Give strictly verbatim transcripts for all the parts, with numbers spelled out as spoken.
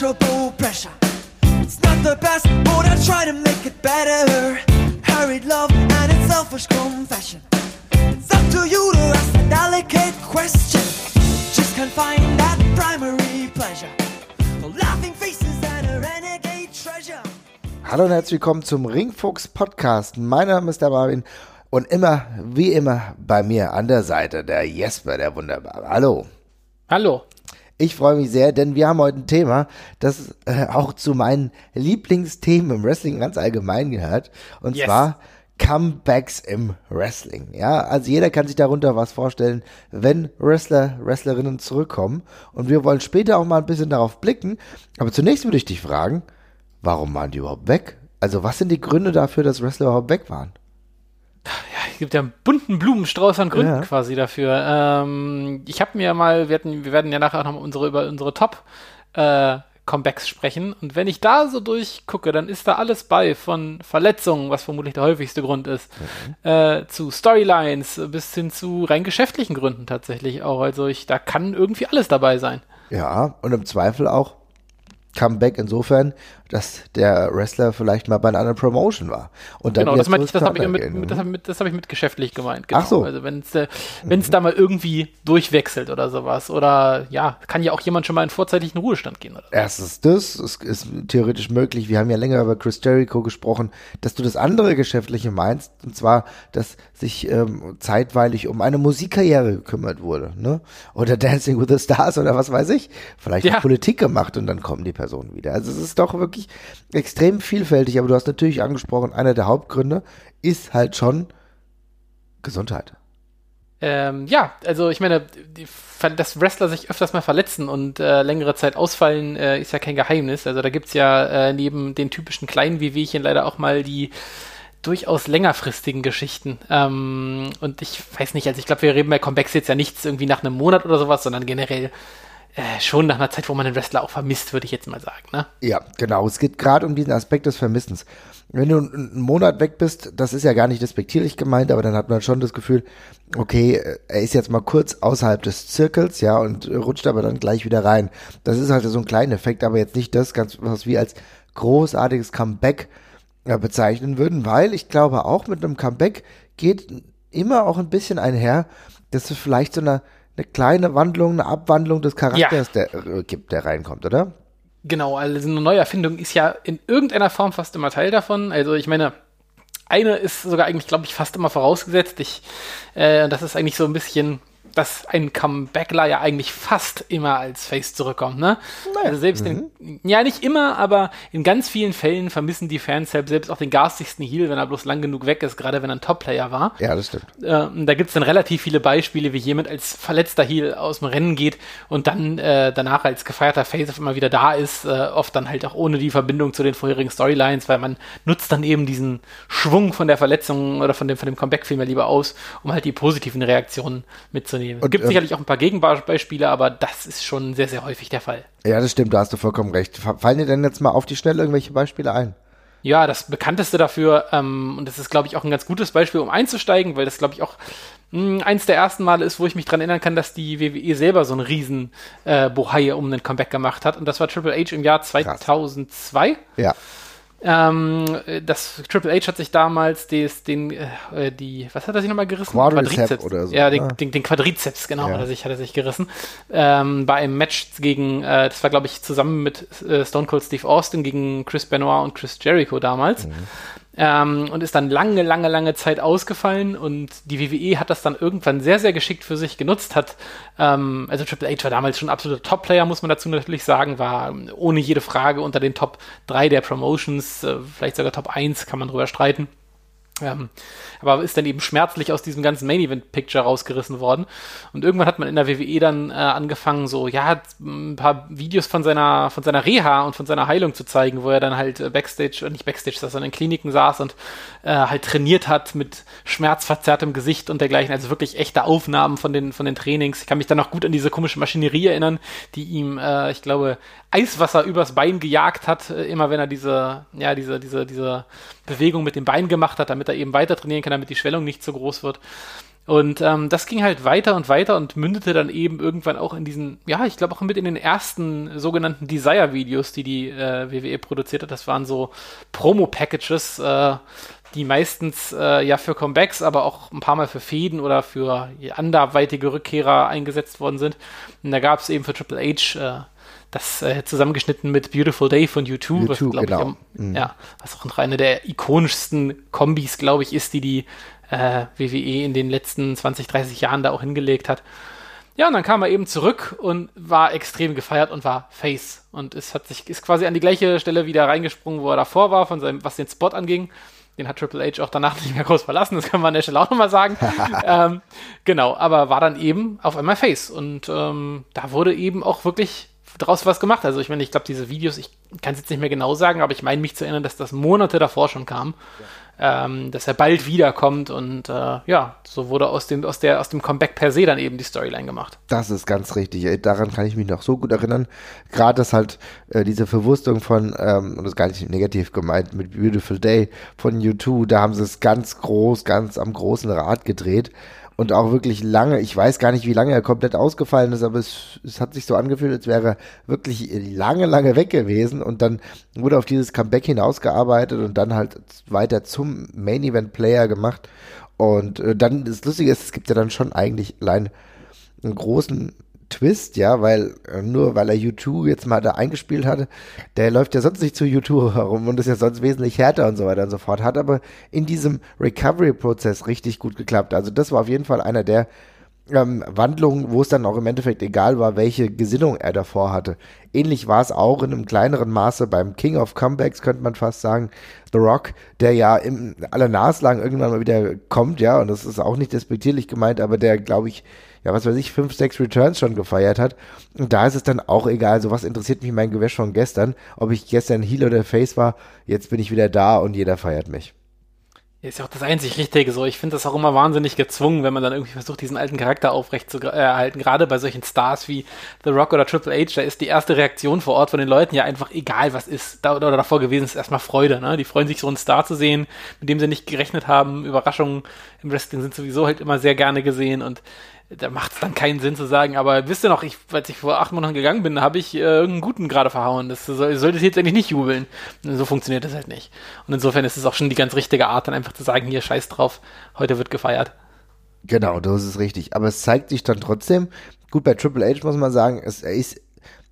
immeasurable pressure. It's not the best, but I try to make it better. Hurried love and its selfish confession. It's up to you to ask a delicate question. Just can't find that primary pleasure. The laughing faces and a renegade treasure. Hallo und herzlich willkommen zum Ringfuchs Podcast. Mein Name ist der Marvin und immer, wie immer, bei mir an der Seite der Jesper, der Wunderbare. Hallo. Hallo. Ich freue mich sehr, denn wir haben heute ein Thema, das äh, auch zu meinen Lieblingsthemen im Wrestling ganz allgemein gehört. Und Yes. zwar Comebacks im Wrestling. Ja, also jeder kann sich darunter was vorstellen, wenn Wrestler, Wrestlerinnen zurückkommen. Und wir wollen später auch mal ein bisschen darauf blicken. Aber zunächst würde ich dich fragen, warum waren die überhaupt weg? Also was sind die Gründe dafür, dass Wrestler überhaupt weg waren? Ja, es gibt ja einen bunten Blumenstrauß an Gründen Ja. quasi dafür. Ähm, ich habe mir mal, wir, hatten, wir werden ja nachher noch unsere, über unsere Top-Comebacks sprechen. Und wenn ich da so durchgucke, dann ist da alles bei, von Verletzungen, was vermutlich der häufigste Grund ist, mhm. äh, zu Storylines, bis hin zu rein geschäftlichen Gründen tatsächlich auch. Also ich, da kann irgendwie alles dabei sein. Ja, und im Zweifel auch Comeback insofern, dass der Wrestler vielleicht mal bei einer anderen Promotion war. Und dann Genau, das, meinte ich, das habe ich, Comeback mit, mit, gehen. das hab ich mit, das hab ich mit geschäftlich gemeint. Genau. Ach so. Also wenn es äh, wenn's da mal irgendwie durchwechselt oder sowas. Oder ja, kann ja auch jemand schon mal in vorzeitigen Ruhestand gehen. Oder so. Erstens das, es ist theoretisch möglich, wir haben ja länger über Chris Jericho gesprochen, dass du das andere Geschäftliche meinst, und zwar, dass sich ähm, zeitweilig um eine Musikkarriere gekümmert wurde, ne? Oder Dancing with the Stars oder was weiß ich, vielleicht Ja. auch Politik gemacht und dann kommen die Personen wieder. Also es ist doch wirklich extrem vielfältig, aber du hast natürlich angesprochen, einer der Hauptgründe ist halt schon Gesundheit. Ähm, ja, also ich meine, die, dass Wrestler sich öfters mal verletzen und äh, längere Zeit ausfallen, äh, ist ja kein Geheimnis. Also da gibt's ja äh, neben den typischen kleinen Wehwehchen leider auch mal die durchaus längerfristigen Geschichten. Ähm, und ich weiß nicht, also ich glaube, wir reden bei Comebacks jetzt ja nichts irgendwie nach einem Monat oder sowas, sondern generell äh, schon nach einer Zeit, wo man den Wrestler auch vermisst, würde ich jetzt mal sagen, ne? Ja, genau. Es geht gerade um diesen Aspekt des Vermissens. Wenn du einen Monat weg bist, das ist ja gar nicht despektierlich gemeint, aber dann hat man schon das Gefühl, okay, er ist jetzt mal kurz außerhalb des Zirkels, ja, und rutscht aber dann gleich wieder rein. Das ist halt so ein kleiner Effekt, aber jetzt nicht das, ganz, was wir als großartiges Comeback äh, bezeichnen würden, weil ich glaube, auch mit einem Comeback geht immer auch ein bisschen einher, dass es vielleicht so eine, eine kleine Wandlung, eine Abwandlung des Charakters der, äh, gibt, der reinkommt, oder? Genau, also eine Neuerfindung ist ja in irgendeiner Form fast immer Teil davon. Also ich meine, eine ist sogar eigentlich, glaube ich, fast immer vorausgesetzt. Ich, äh, das ist eigentlich so ein bisschen, dass ein Comebackler ja eigentlich fast immer als Face zurückkommt, ne? Naja. Also selbst Mhm. in, ja nicht immer, aber in ganz vielen Fällen vermissen die Fans selbst auch den garstigsten Heel, wenn er bloß lang genug weg ist, gerade wenn er ein Top-Player war. Ja, das stimmt. Äh, da gibt es dann relativ viele Beispiele, wie jemand als verletzter Heel aus dem Rennen geht und dann äh, danach als gefeierter Face auf immer wieder da ist, äh, oft dann halt auch ohne die Verbindung zu den vorherigen Storylines, weil man nutzt dann eben diesen Schwung von der Verletzung oder von dem, von dem Comeback viel mehr lieber aus, um halt die positiven Reaktionen mitzunehmen. Es gibt ähm, sicherlich auch ein paar Gegenbeispiele, aber das ist schon sehr, sehr häufig der Fall. Ja, das stimmt, da hast du vollkommen recht. Fallen dir denn jetzt mal auf die Schnelle irgendwelche Beispiele ein? Ja, das bekannteste dafür, ähm, und das ist, glaube ich, auch ein ganz gutes Beispiel, um einzusteigen, weil das, glaube ich, auch mh, eins der ersten Male ist, wo ich mich dran erinnern kann, dass die W W E selber so einen riesen äh, Bohai um einen Comeback gemacht hat. Und das war Triple H im Jahr zweitausendzwei. Ja. Ähm, das Triple H hat sich damals des, den, äh, die, was hat er sich nochmal gerissen? Quadriceps oder so. Ja, den, Ah. den, den Quadrizeps, genau, Ja. hat, er sich, hat er sich gerissen. Ähm, bei einem Match gegen, äh, das war, glaube ich, zusammen mit äh, Stone Cold Steve Austin gegen Chris Benoit und Chris Jericho damals. Mhm. Ähm, und ist dann lange, lange, lange Zeit ausgefallen und die W W E hat das dann irgendwann sehr, sehr geschickt für sich genutzt, hat, ähm, also Triple H war damals schon ein absoluter Top-Player, muss man dazu natürlich sagen, war ohne jede Frage unter den Top drei der Promotions, äh, vielleicht sogar Top eins, kann man drüber streiten. Ähm, aber ist dann eben schmerzlich aus diesem ganzen Main-Event-Picture rausgerissen worden. Und irgendwann hat man in der W W E dann äh, angefangen, so, ja, ein paar Videos von seiner, von seiner Reha und von seiner Heilung zu zeigen, wo er dann halt äh, Backstage, äh, nicht Backstage, dass er in Kliniken saß und äh, halt trainiert hat mit schmerzverzerrtem Gesicht und dergleichen. Also wirklich echte Aufnahmen von den, von den Trainings. Ich kann mich dann noch gut an diese komische Maschinerie erinnern, die ihm, äh, ich glaube, Eiswasser übers Bein gejagt hat, äh, immer wenn er diese, ja, diese, diese, diese Bewegung mit dem Bein gemacht hat, damit er eben weiter trainieren kann, damit die Schwellung nicht so groß wird. Und ähm, das ging halt weiter und weiter und mündete dann eben irgendwann auch in diesen, ja, ich glaube auch mit in den ersten sogenannten Desire-Videos, die die äh, W W E produziert hat. Das waren so Promo-Packages, äh, die meistens äh, ja für Comebacks, aber auch ein paar Mal für Fäden oder für anderweitige Rückkehrer eingesetzt worden sind. Und da gab es eben für Triple H äh, das äh, zusammengeschnitten mit Beautiful Day von U zwei, U zwei, was, glaub genau. ich, am, Mhm. ja, was auch noch eine der ikonischsten Kombis, glaube ich, ist, die die äh, W W E in den letzten zwanzig, dreißig Jahren da auch hingelegt hat. Ja, und dann kam er eben zurück und war extrem gefeiert und war Face. Und es hat sich, ist quasi an die gleiche Stelle wieder reingesprungen, wo er davor war, von seinem, was den Spot anging. Den hat Triple H auch danach nicht mehr groß verlassen, das kann man an der Stelle auch nochmal sagen. ähm, genau, aber war dann eben auf einmal Face. Und ähm, da wurde eben auch wirklich draus was gemacht. Also ich meine, ich glaube, diese Videos, ich kann es jetzt nicht mehr genau sagen, aber ich meine mich zu erinnern, dass das Monate davor schon kam, ja. ähm, dass er bald wiederkommt und äh, ja, so wurde aus dem, aus, der, aus dem Comeback per se dann eben die Storyline gemacht. Das ist ganz richtig. Daran kann ich mich noch so gut erinnern. Gerade, dass halt äh, diese Verwurstung von, ähm, und das ist gar nicht negativ gemeint, mit Beautiful Day von U zwei, da haben sie es ganz groß, ganz am großen Rad gedreht. Und auch wirklich lange, ich weiß gar nicht, wie lange er komplett ausgefallen ist, aber es, es hat sich so angefühlt, als wäre er wirklich lange, lange weg gewesen und dann wurde auf dieses Comeback hinausgearbeitet und dann halt weiter zum Main-Event-Player gemacht. Und äh, dann, das Lustige ist, es gibt ja dann schon eigentlich allein einen großen Twist, ja, weil äh, nur weil er U zwei jetzt mal da eingespielt hatte, der läuft ja sonst nicht zu U zwei herum und ist ja sonst wesentlich härter und so weiter und so fort, hat aber in diesem Recovery-Prozess richtig gut geklappt. Also das war auf jeden Fall einer der ähm, Wandlungen, wo es dann auch im Endeffekt egal war, welche Gesinnung er davor hatte. Ähnlich war es auch in einem kleineren Maße beim King of Comebacks, könnte man fast sagen, The Rock, der ja im aller Naslang irgendwann mal wieder kommt, ja, und das ist auch nicht despektierlich gemeint, aber der, glaube ich, ja, was weiß ich, fünf, sechs Returns schon gefeiert hat. Und da ist es dann auch egal, so was interessiert mich mein Gewäsch von gestern, ob ich gestern Heel oder Face war, jetzt bin ich wieder da und jeder feiert mich. Ist ja auch das einzig Richtige so. Ich finde das auch immer wahnsinnig gezwungen, wenn man dann irgendwie versucht, diesen alten Charakter aufrecht zu erhalten. Gerade bei solchen Stars wie The Rock oder Triple H, da ist die erste Reaktion vor Ort von den Leuten ja einfach egal, was ist. Da oder davor gewesen ist erstmal Freude. Ne? Die freuen sich, so einen Star zu sehen, mit dem sie nicht gerechnet haben. Überraschungen im Wrestling sind sowieso halt immer sehr gerne gesehen und da macht es dann keinen Sinn zu sagen, aber wisst ihr noch, ich, als ich vor acht Monaten gegangen bin, habe ich äh, irgendeinen Guten gerade verhauen. Das soll, solltet ihr jetzt eigentlich nicht jubeln. Und so funktioniert das halt nicht. Und insofern ist es auch schon die ganz richtige Art, dann einfach zu sagen, hier, scheiß drauf, heute wird gefeiert. Genau, das ist richtig. Aber es zeigt sich dann trotzdem, gut, bei Triple H muss man sagen, es, er ist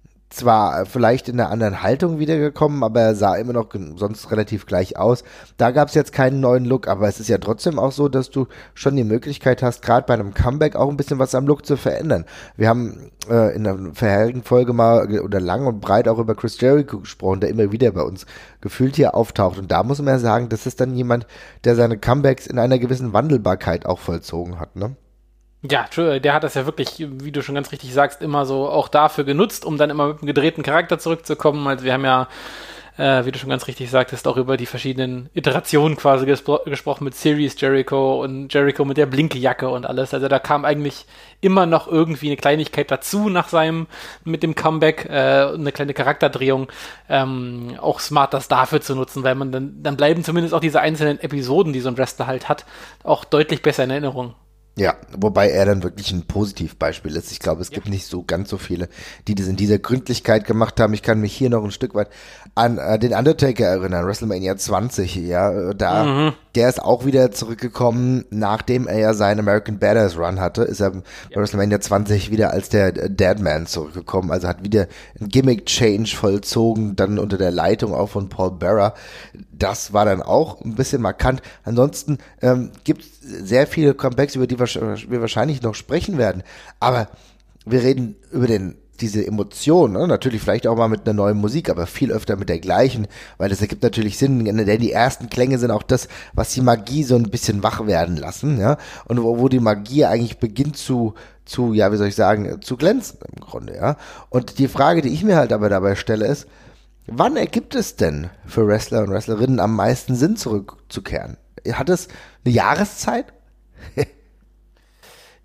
zwar vielleicht in einer anderen Haltung wiedergekommen, aber er sah immer noch sonst relativ gleich aus. Da gab es jetzt keinen neuen Look, aber es ist ja trotzdem auch so, dass du schon die Möglichkeit hast, gerade bei einem Comeback auch ein bisschen was am Look zu verändern. Wir haben äh, in einer vorherigen Folge mal oder lang und breit auch über Chris Jericho gesprochen, der immer wieder bei uns gefühlt hier auftaucht. Und da muss man ja sagen, das ist dann jemand, der seine Comebacks in einer gewissen Wandelbarkeit auch vollzogen hat, ne? Ja, der hat das ja wirklich, wie du schon ganz richtig sagst, immer so auch dafür genutzt, um dann immer mit einem gedrehten Charakter zurückzukommen. Also wir haben ja, äh, wie du schon ganz richtig sagtest, auch über die verschiedenen Iterationen quasi gespro- gesprochen mit Series Jericho und Jericho mit der Blinkejacke und alles. Also da kam eigentlich immer noch irgendwie eine Kleinigkeit dazu nach seinem, mit dem Comeback, äh, eine kleine Charakterdrehung. Ähm, auch smart, das dafür zu nutzen, weil man dann, dann bleiben zumindest auch diese einzelnen Episoden, die so ein Wrestler halt hat, auch deutlich besser in Erinnerung. Ja, wobei er dann wirklich ein Positivbeispiel ist. Ich glaube, es ja. gibt nicht so ganz so viele, die das in dieser Gründlichkeit gemacht haben. Ich kann mich hier noch ein Stück weit an äh, den Undertaker erinnern, WrestleMania zwanzig, ja, da, mhm. der ist auch wieder zurückgekommen, nachdem er ja seinen American Badass Run hatte, ist er ja. bei WrestleMania zwanzig wieder als der Deadman zurückgekommen, also hat wieder ein Gimmick-Change vollzogen, dann unter der Leitung auch von Paul Bearer. Das war dann auch ein bisschen markant. Ansonsten ähm, gibt es sehr viele Comebacks, über die wir wahrscheinlich noch sprechen werden. Aber wir reden über den diese Emotionen, ne? Natürlich vielleicht auch mal mit einer neuen Musik, aber viel öfter mit der gleichen, weil das ergibt natürlich Sinn, denn die ersten Klänge sind auch das, was die Magie so ein bisschen wach werden lassen, ja, und wo, wo die Magie eigentlich beginnt zu, zu, ja, wie soll ich sagen, zu glänzen im Grunde, ja. Und die Frage, die ich mir halt aber dabei stelle, ist, wann ergibt es denn für Wrestler und Wrestlerinnen am meisten Sinn, zurückzukehren? Hat es eine Jahreszeit?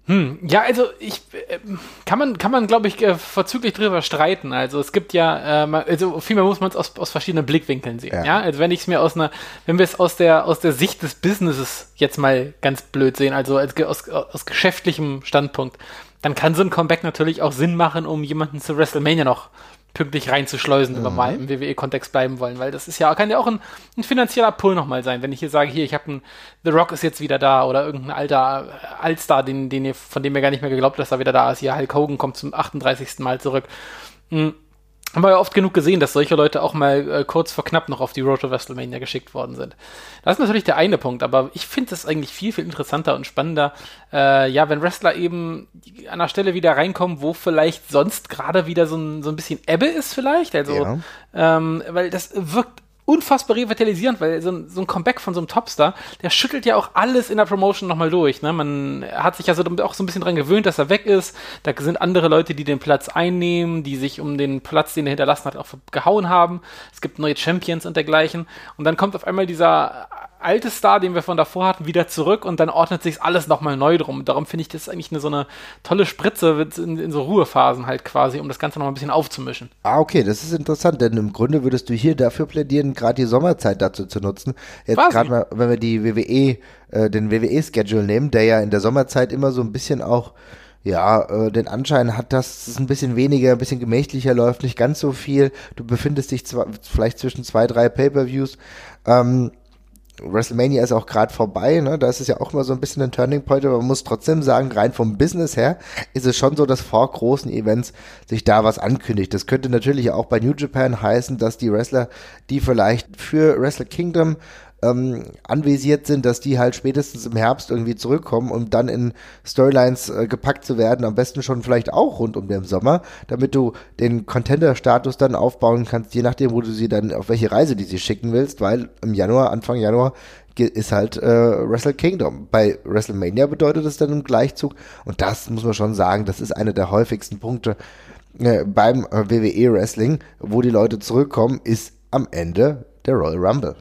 Hm, ja, also ich äh, kann man, kann man, glaube ich, äh, vorzüglich drüber streiten. Also es gibt ja, äh, also vielmehr muss man es aus, aus verschiedenen Blickwinkeln sehen. Ja. ja? Also wenn ich es mir aus einer, wenn wir es aus der aus der Sicht des Businesses jetzt mal ganz blöd sehen, also als, aus, aus geschäftlichem Standpunkt, dann kann so ein Comeback natürlich auch Sinn machen, um jemanden zu WrestleMania noch pünktlich reinzuschleusen, mhm. wenn wir mal im W W E-Kontext bleiben wollen, weil das ist ja, kann ja auch ein, ein finanzieller Pull nochmal sein, wenn ich hier sage, hier, ich habe einen, The Rock ist jetzt wieder da oder irgendein alter Allstar, den, den ihr, von dem ihr gar nicht mehr geglaubt, dass er wieder da ist, hier Hulk Hogan kommt zum achtunddreißigsten Mal zurück. Mhm. Haben wir ja oft genug gesehen, dass solche Leute auch mal äh, kurz vor knapp noch auf die Road to WrestleMania geschickt worden sind. Das ist natürlich der eine Punkt, aber ich finde es eigentlich viel, viel interessanter und spannender, äh, ja, wenn Wrestler eben an der Stelle wieder reinkommen, wo vielleicht sonst gerade wieder so ein, so ein bisschen Ebbe ist vielleicht, also, ja. ähm, weil das wirkt unfassbar revitalisierend, weil so ein, so ein Comeback von so einem Topstar, der schüttelt ja auch alles in der Promotion nochmal durch. Ne? Man hat sich ja so, auch so ein bisschen dran gewöhnt, dass er weg ist. Da sind andere Leute, die den Platz einnehmen, die sich um den Platz, den er hinterlassen hat, auch gehauen haben. Es gibt neue Champions und dergleichen. Und dann kommt auf einmal dieser alte Star, den wir von davor hatten, wieder zurück und dann ordnet sich alles nochmal neu drum. Darum finde ich das eigentlich eine, so eine tolle Spritze in, in so Ruhephasen halt quasi, um das Ganze nochmal ein bisschen aufzumischen. Ah, okay, das ist interessant, denn im Grunde würdest du hier dafür plädieren, gerade die Sommerzeit dazu zu nutzen. Jetzt gerade mal, wenn wir die W W E, äh, den W W E-Schedule nehmen, der ja in der Sommerzeit immer so ein bisschen auch ja, äh, den Anschein hat, dass es ein bisschen weniger, ein bisschen gemächlicher läuft, nicht ganz so viel. Du befindest dich zwar vielleicht zwischen zwei, drei Pay-Per-Views. Ähm, WrestleMania ist auch gerade vorbei, ne? Da ist es ja auch immer so ein bisschen ein Turning Point, aber man muss trotzdem sagen, rein vom Business her ist es schon so, dass vor großen Events sich da was ankündigt. Das könnte natürlich auch bei New Japan heißen, dass die Wrestler, die vielleicht für Wrestle Kingdom ähm, anvisiert sind, dass die halt spätestens im Herbst irgendwie zurückkommen, um dann in Storylines äh, gepackt zu werden, am besten schon vielleicht auch rund um den Sommer, damit du den Contender-Status dann aufbauen kannst, je nachdem, wo du sie dann, auf welche Reise die sie schicken willst, weil im Januar, Anfang Januar ist halt äh, Wrestle Kingdom. Bei WrestleMania bedeutet es dann im Gleichzug, und das muss man schon sagen, das ist einer der häufigsten Punkte äh, beim äh, W W E Wrestling, wo die Leute zurückkommen, ist am Ende der Royal Rumble.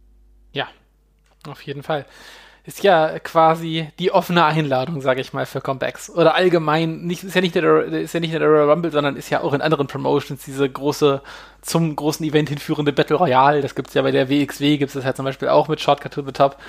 Ja, auf jeden Fall. Ist ja quasi die offene Einladung, sage ich mal, für Comebacks. Oder allgemein, nicht, ist ja nicht der, ist ja nicht der Royal Rumble, sondern ist ja auch in anderen Promotions diese große, zum großen Event hinführende Battle Royale. Das gibt's ja bei der W X W, gibt's das ja zum Beispiel auch mit Shortcut to the Top.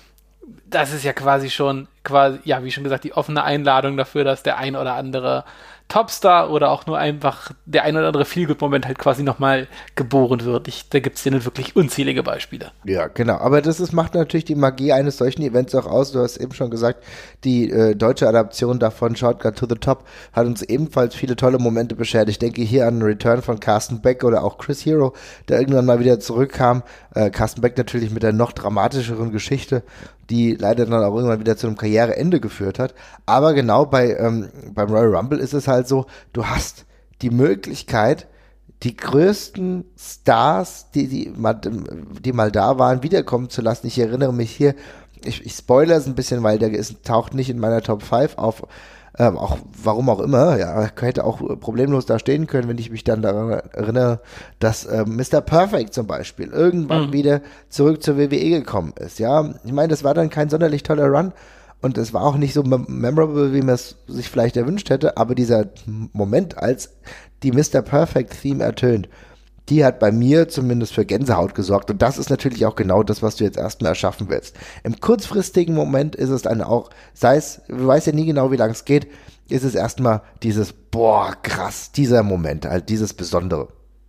Das ist ja quasi schon, quasi, ja, wie schon gesagt, die offene Einladung dafür, dass der ein oder andere Topstar oder auch nur einfach der ein oder andere Feelgood-Moment halt quasi nochmal geboren wird. Ich, da gibt es ja nun wirklich unzählige Beispiele. Ja, genau. Aber das ist, macht natürlich die Magie eines solchen Events auch aus. Du hast eben schon gesagt, die äh, deutsche Adaption davon, Shortcut to the Top, hat uns ebenfalls viele tolle Momente beschert. Ich denke hier an den Return von Carsten Beck oder auch Chris Hero, der irgendwann mal wieder zurückkam. Äh, Carsten Beck natürlich mit der noch dramatischeren Geschichte, die leider dann auch irgendwann wieder zu einem Karriereende geführt hat. Aber genau bei ähm, beim Royal Rumble ist es halt so, du hast die Möglichkeit, die größten Stars, die, die, mal, die mal da waren, wiederkommen zu lassen. Ich erinnere mich hier, ich, ich spoilere es ein bisschen, weil der ist, taucht nicht in meiner Top fünf auf, ähm, auch warum auch immer, ja, hätte auch problemlos da stehen können, wenn ich mich dann daran erinnere, dass ähm, Mister Perfect zum Beispiel irgendwann mhm. wieder zurück zur W W E gekommen ist, ja. Ich meine, das war dann kein sonderlich toller Run und es war auch nicht so memorable, wie man es sich vielleicht erwünscht hätte, aber dieser Moment, als die Mister Perfect Theme ertönt, die hat bei mir zumindest für Gänsehaut gesorgt. Und das ist natürlich auch genau das, was du jetzt erstmal erschaffen willst. Im kurzfristigen Moment ist es dann auch, sei es, du weißt ja nie genau, wie lange es geht, ist es erstmal dieses, boah, krass, dieser Moment, halt dieses Besondere.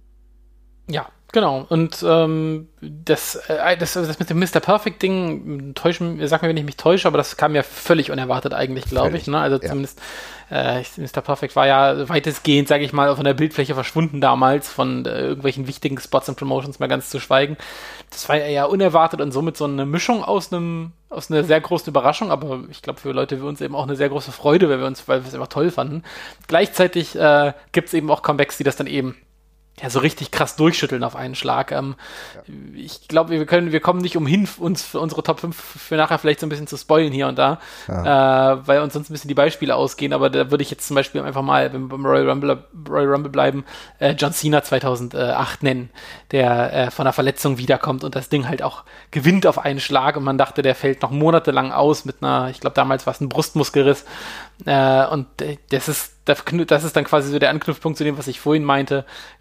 Ja, genau. Und ähm, das, äh, das, das mit dem Mister Perfect-Ding, täuschen, sag mir, wenn ich mich täusche, aber das kam ja völlig unerwartet eigentlich, glaube ich. Ne? Also ja. zumindest äh, Mister Perfect war ja weitestgehend, sage ich mal, von der Bildfläche verschwunden damals, von äh, irgendwelchen wichtigen Spots und Promotions mal ganz zu schweigen. Das war ja unerwartet und somit so eine Mischung aus einem aus einer sehr großen Überraschung, aber ich glaube für Leute wie uns eben auch eine sehr große Freude, weil wir uns, weil wir es einfach toll fanden. Gleichzeitig äh, gibt es eben auch Comebacks, die das dann eben ja, so richtig krass durchschütteln auf einen Schlag. Ähm, ja. Ich glaube, wir können, wir kommen nicht umhin, uns für unsere Top fünf für nachher vielleicht so ein bisschen zu spoilen hier und da, ja. äh, weil uns sonst ein bisschen die Beispiele ausgehen, aber da würde ich jetzt zum Beispiel einfach mal, wenn wir beim Royal Rumble, Royal Rumble bleiben, äh, John Cena zweitausendacht nennen, der äh, von einer Verletzung wiederkommt und das Ding halt auch gewinnt auf einen Schlag und man dachte, der fällt noch monatelang aus mit einer, ich glaube damals war es ein Brustmuskelriss äh, und das ist, das ist dann quasi so der Anknüpfpunkt zu dem, was ich vorhin meinte,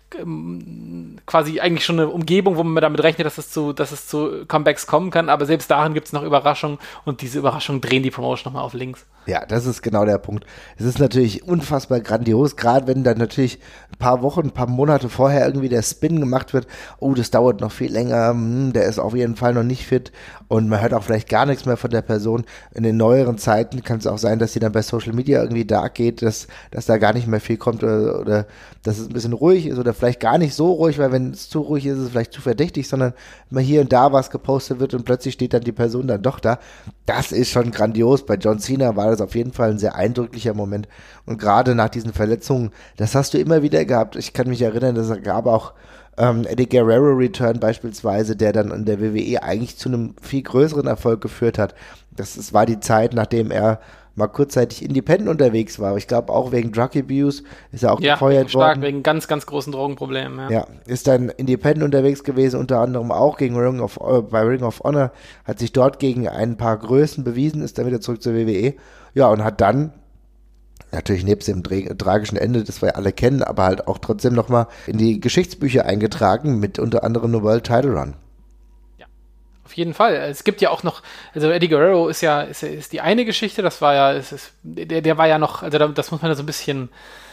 quasi eigentlich schon eine Umgebung, wo man damit rechnet, dass es zu, dass es zu Comebacks kommen kann, aber selbst darin gibt es noch Überraschungen und diese Überraschungen drehen die Promotion nochmal auf links. Ja, das ist genau der Punkt. Es ist natürlich unfassbar grandios, gerade wenn dann natürlich ein paar Wochen, ein paar Monate vorher irgendwie der Spin gemacht wird, oh, das dauert noch viel länger, hm, der ist auf jeden Fall noch nicht fit und man hört auch vielleicht gar nichts mehr von der Person. In den neueren Zeiten kann es auch sein, dass sie dann bei Social Media irgendwie dark geht, dass, dass da gar nicht mehr viel kommt oder, oder dass es ein bisschen ruhig ist oder vielleicht gar nicht so ruhig, weil wenn es zu ruhig ist, ist es vielleicht zu verdächtig, sondern mal hier und da was gepostet wird und plötzlich steht dann die Person dann doch da. Das ist schon grandios. Bei John Cena war das auf jeden Fall ein sehr eindrücklicher Moment. Und gerade nach diesen Verletzungen, das hast du immer wieder gehabt. Ich kann mich erinnern, dass es gab auch ähm, Eddie Guerrero Return beispielsweise, der dann in der W W E eigentlich zu einem viel größeren Erfolg geführt hat. Das, das war die Zeit, nachdem er mal kurzzeitig independent unterwegs war. Aber ich glaube auch wegen Drug Abuse ist er auch ja, gefeuert stark, worden. Wegen ganz, ganz großen Drogenproblemen. Ja. ja, ist dann independent unterwegs gewesen, unter anderem auch gegen Ring of, äh, bei Ring of Honor, hat sich dort gegen ein paar Größen bewiesen, ist dann wieder zurück zur W W E. Ja, und hat dann natürlich nebst dem tra- tragischen Ende, das wir alle kennen, aber halt auch trotzdem nochmal in die Geschichtsbücher eingetragen, mit unter anderem einem World Title Run. Auf jeden Fall. Es gibt ja auch noch, also Eddie Guerrero ist ja, ist, ist die eine Geschichte, das war ja, ist, ist, der, der war ja noch, also das muss man ja so ein bisschen,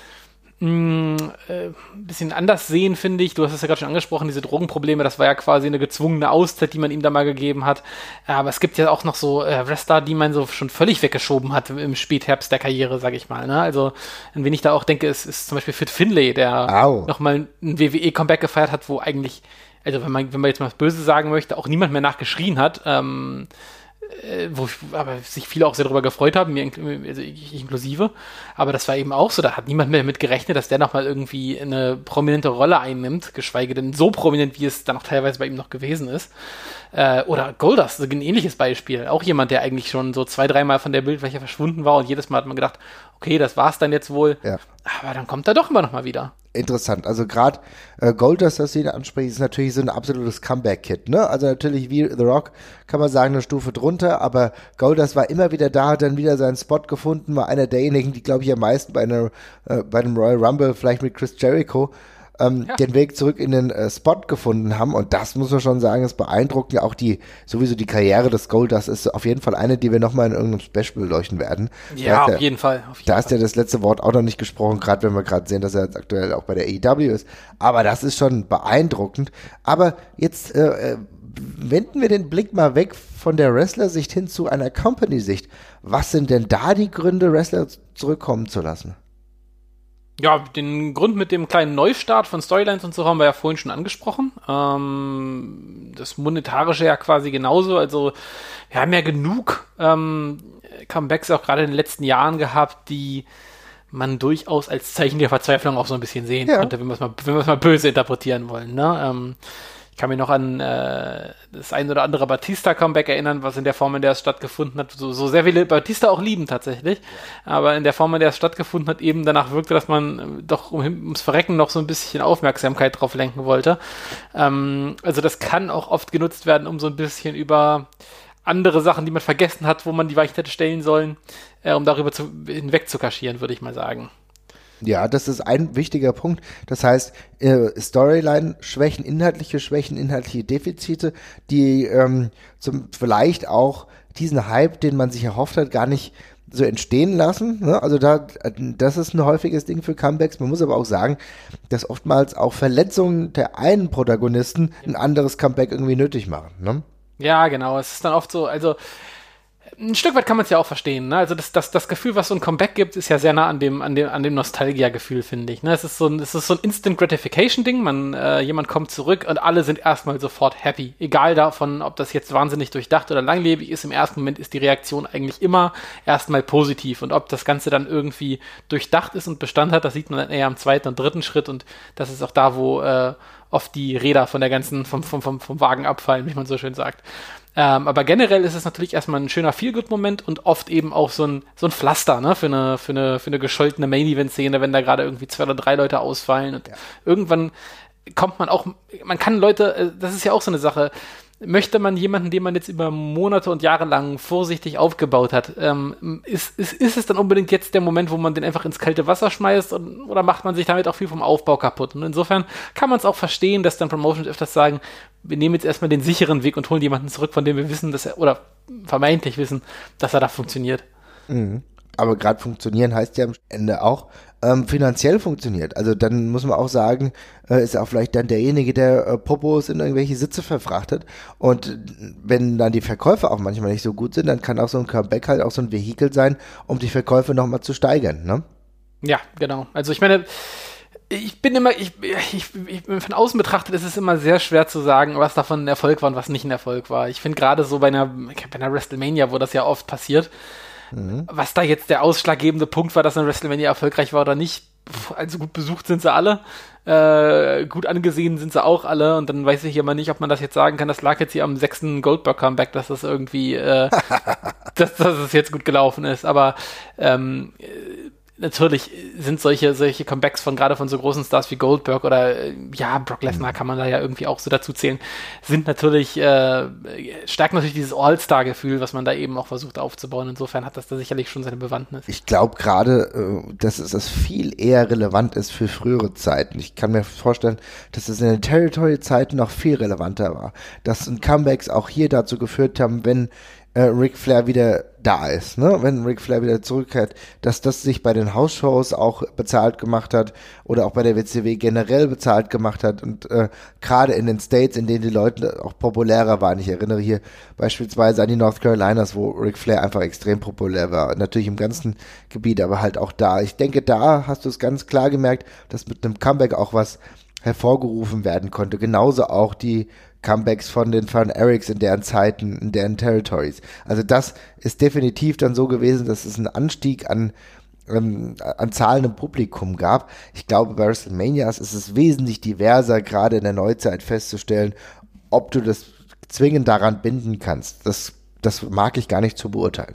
mh, äh, ein bisschen anders sehen, finde ich. Du hast es ja gerade schon angesprochen, diese Drogenprobleme, das war ja quasi eine gezwungene Auszeit, die man ihm da mal gegeben hat. Aber es gibt ja auch noch so äh, Wrestler, die man so schon völlig weggeschoben hat im Spätherbst der Karriere, sag ich mal. Ne? Also, an wen ich da auch denke, ist, ist zum Beispiel Fit Finlay, der nochmal ein W W E-Comeback gefeiert hat, wo eigentlich also wenn man, wenn man jetzt mal was Böses sagen möchte, auch niemand mehr nachgeschrien hat, ähm, äh, wo ich, aber sich viele auch sehr darüber gefreut haben, mir also ich, ich inklusive, aber das war eben auch so, da hat niemand mehr damit gerechnet, dass der nochmal irgendwie eine prominente Rolle einnimmt, geschweige denn so prominent, wie es dann auch teilweise bei ihm noch gewesen ist. Äh, oder Goldust, so ein ähnliches Beispiel, auch jemand, der eigentlich schon so zwei, dreimal von der Bildfläche verschwunden war und jedes Mal hat man gedacht, okay, das war's dann jetzt wohl, ja. Aber dann kommt er doch immer noch mal wieder. Interessant, also gerade äh, Goldust, das Sie ihn ansprechen, ist natürlich so ein absolutes Comeback-Kit, ne? Also natürlich wie The Rock kann man sagen, eine Stufe drunter, aber Goldust war immer wieder da, hat dann wieder seinen Spot gefunden, war einer derjenigen, die, glaube ich, am meisten bei einer äh, bei einem Royal Rumble, vielleicht mit Chris Jericho, ähm, ja. den Weg zurück in den äh, Spot gefunden haben und das muss man schon sagen, ist beeindruckend. Auch die, sowieso die Karriere des Goldust ist auf jeden Fall eine, die wir nochmal in irgendeinem Special beleuchten werden. Ja, auf der, jeden Fall. Auf jeden da Fall. ist ja das letzte Wort auch noch nicht gesprochen, gerade wenn wir gerade sehen, dass er jetzt aktuell auch bei der A E W ist. Aber das ist schon beeindruckend. Aber jetzt äh, wenden wir den Blick mal weg von der Wrestler-Sicht hin zu einer Company-Sicht. Was sind denn da die Gründe, Wrestler zurückkommen zu lassen? Ja, den Grund mit dem kleinen Neustart von Storylines und so haben wir ja vorhin schon angesprochen. Ähm, das Monetarische ja quasi genauso. Also wir haben ja genug ähm, Comebacks auch gerade in den letzten Jahren gehabt, die man durchaus als Zeichen der Verzweiflung auch so ein bisschen sehen ja. konnte, wenn wir es mal, wenn wir es mal böse interpretieren wollen. Ne? Ähm, ich kann mich noch an äh, das ein oder andere Batista-Comeback erinnern, was in der Form, in der es stattgefunden hat, so, so sehr viele Batista auch lieben tatsächlich, ja. aber in der Form, in der es stattgefunden hat, eben danach wirkte, dass man doch um, ums Verrecken noch so ein bisschen Aufmerksamkeit drauf lenken wollte. Ähm, also das kann auch oft genutzt werden, um so ein bisschen über andere Sachen, die man vergessen hat, wo man die Weichen hätte stellen sollen, äh, um darüber zu, hinweg zu kaschieren, würde ich mal sagen. Ja, das ist ein wichtiger Punkt. Das heißt, äh, Storyline-Schwächen, inhaltliche Schwächen, inhaltliche Defizite, die ähm, zum vielleicht auch diesen Hype, den man sich erhofft hat, gar nicht so entstehen lassen. Ne? Also da, das ist ein häufiges Ding für Comebacks. Man muss aber auch sagen, dass oftmals auch Verletzungen der einen Protagonisten ein anderes Comeback irgendwie nötig machen. Ne? Ja, genau. Es ist dann oft so, also ein Stück weit kann man es ja auch verstehen, ne? Also das, das, das Gefühl, was so ein Comeback gibt, ist ja sehr nah an dem, an dem, an dem Nostalgia-Gefühl, finde ich. Ne? Es ist so ein, es ist so ein Instant Gratification-Ding. Man, äh, jemand kommt zurück und alle sind erstmal sofort happy. Egal davon, ob das jetzt wahnsinnig durchdacht oder langlebig ist. Im ersten Moment ist die Reaktion eigentlich immer erstmal positiv. Und ob das Ganze dann irgendwie durchdacht ist und Bestand hat, das sieht man dann eher am zweiten und dritten Schritt. Und das ist auch da, wo äh, oft die Räder von der ganzen, vom, vom, vom, vom Wagen abfallen, wie man so schön sagt. Ähm, aber generell ist es natürlich erstmal ein schöner Feel-Good-Moment und oft eben auch so ein, so ein Pflaster, ne, für eine, für eine, für eine gescholtene Main-Event-Szene, wenn da gerade irgendwie zwei oder drei Leute ausfallen und ja. Irgendwann kommt man auch, man kann Leute, das ist ja auch so eine Sache, möchte man jemanden, den man jetzt über Monate und Jahre lang vorsichtig aufgebaut hat, ähm, ist, ist, ist es dann unbedingt jetzt der Moment, wo man den einfach ins kalte Wasser schmeißt und, oder macht man sich damit auch viel vom Aufbau kaputt? Und insofern kann man es auch verstehen, dass dann Promotions öfters sagen, wir nehmen jetzt erstmal den sicheren Weg und holen jemanden zurück, von dem wir wissen, dass er, oder vermeintlich wissen, dass er da funktioniert. Mhm. Aber gerade funktionieren heißt ja am Ende auch, ähm, finanziell funktioniert. Also dann muss man auch sagen, äh, ist auch vielleicht dann derjenige, der äh, Popos in irgendwelche Sitze verfrachtet. Und wenn dann die Verkäufe auch manchmal nicht so gut sind, dann kann auch so ein Comeback halt auch so ein Vehikel sein, um die Verkäufe nochmal zu steigern, ne? Ja, genau. Also ich meine, ich bin immer, ich, ich, ich von außen betrachtet ist es immer sehr schwer zu sagen, was davon ein Erfolg war und was nicht ein Erfolg war. Ich finde gerade so bei einer, bei einer WrestleMania, wo das ja oft passiert, mhm. was da jetzt der ausschlaggebende Punkt war, dass eine WrestleMania erfolgreich war oder nicht. Also gut besucht sind sie alle, äh, gut angesehen sind sie auch alle und dann weiß ich immer nicht, ob man das jetzt sagen kann, das lag jetzt hier am sechsten Goldberg-Comeback, dass das irgendwie, äh, dass, dass es jetzt gut gelaufen ist, aber ähm, natürlich sind solche, solche Comebacks von gerade von so großen Stars wie Goldberg oder ja, Brock Lesnar kann man da ja irgendwie auch so dazu zählen, sind natürlich, äh, stärken natürlich dieses All-Star-Gefühl, was man da eben auch versucht aufzubauen. Insofern hat das da sicherlich schon seine Bewandtnis. Ich glaube gerade, äh, dass es das viel eher relevant ist für frühere Zeiten. Ich kann mir vorstellen, dass es in den Territory-Zeiten noch viel relevanter war. Dass Comebacks auch hier dazu geführt haben, wenn Äh, Ric Flair wieder da ist, ne? Wenn Ric Flair wieder zurückkehrt, dass das sich bei den House-Shows auch bezahlt gemacht hat oder auch bei der W C W generell bezahlt gemacht hat und äh, gerade in den States, in denen die Leute auch populärer waren. Ich erinnere hier beispielsweise an die North Carolinas, wo Ric Flair einfach extrem populär war. Natürlich im ganzen Gebiet, aber halt auch da. Ich denke, da hast du es ganz klar gemerkt, dass mit einem Comeback auch was hervorgerufen werden konnte. Genauso auch die Comebacks von den Von Erichs in deren Zeiten, in deren Territories. Also das ist definitiv dann so gewesen, dass es einen Anstieg an, ähm, an Zahlen im Publikum gab. Ich glaube, bei WrestleManias ist es wesentlich diverser, gerade in der Neuzeit festzustellen, ob du das zwingend daran binden kannst. Das, das mag ich gar nicht zu beurteilen.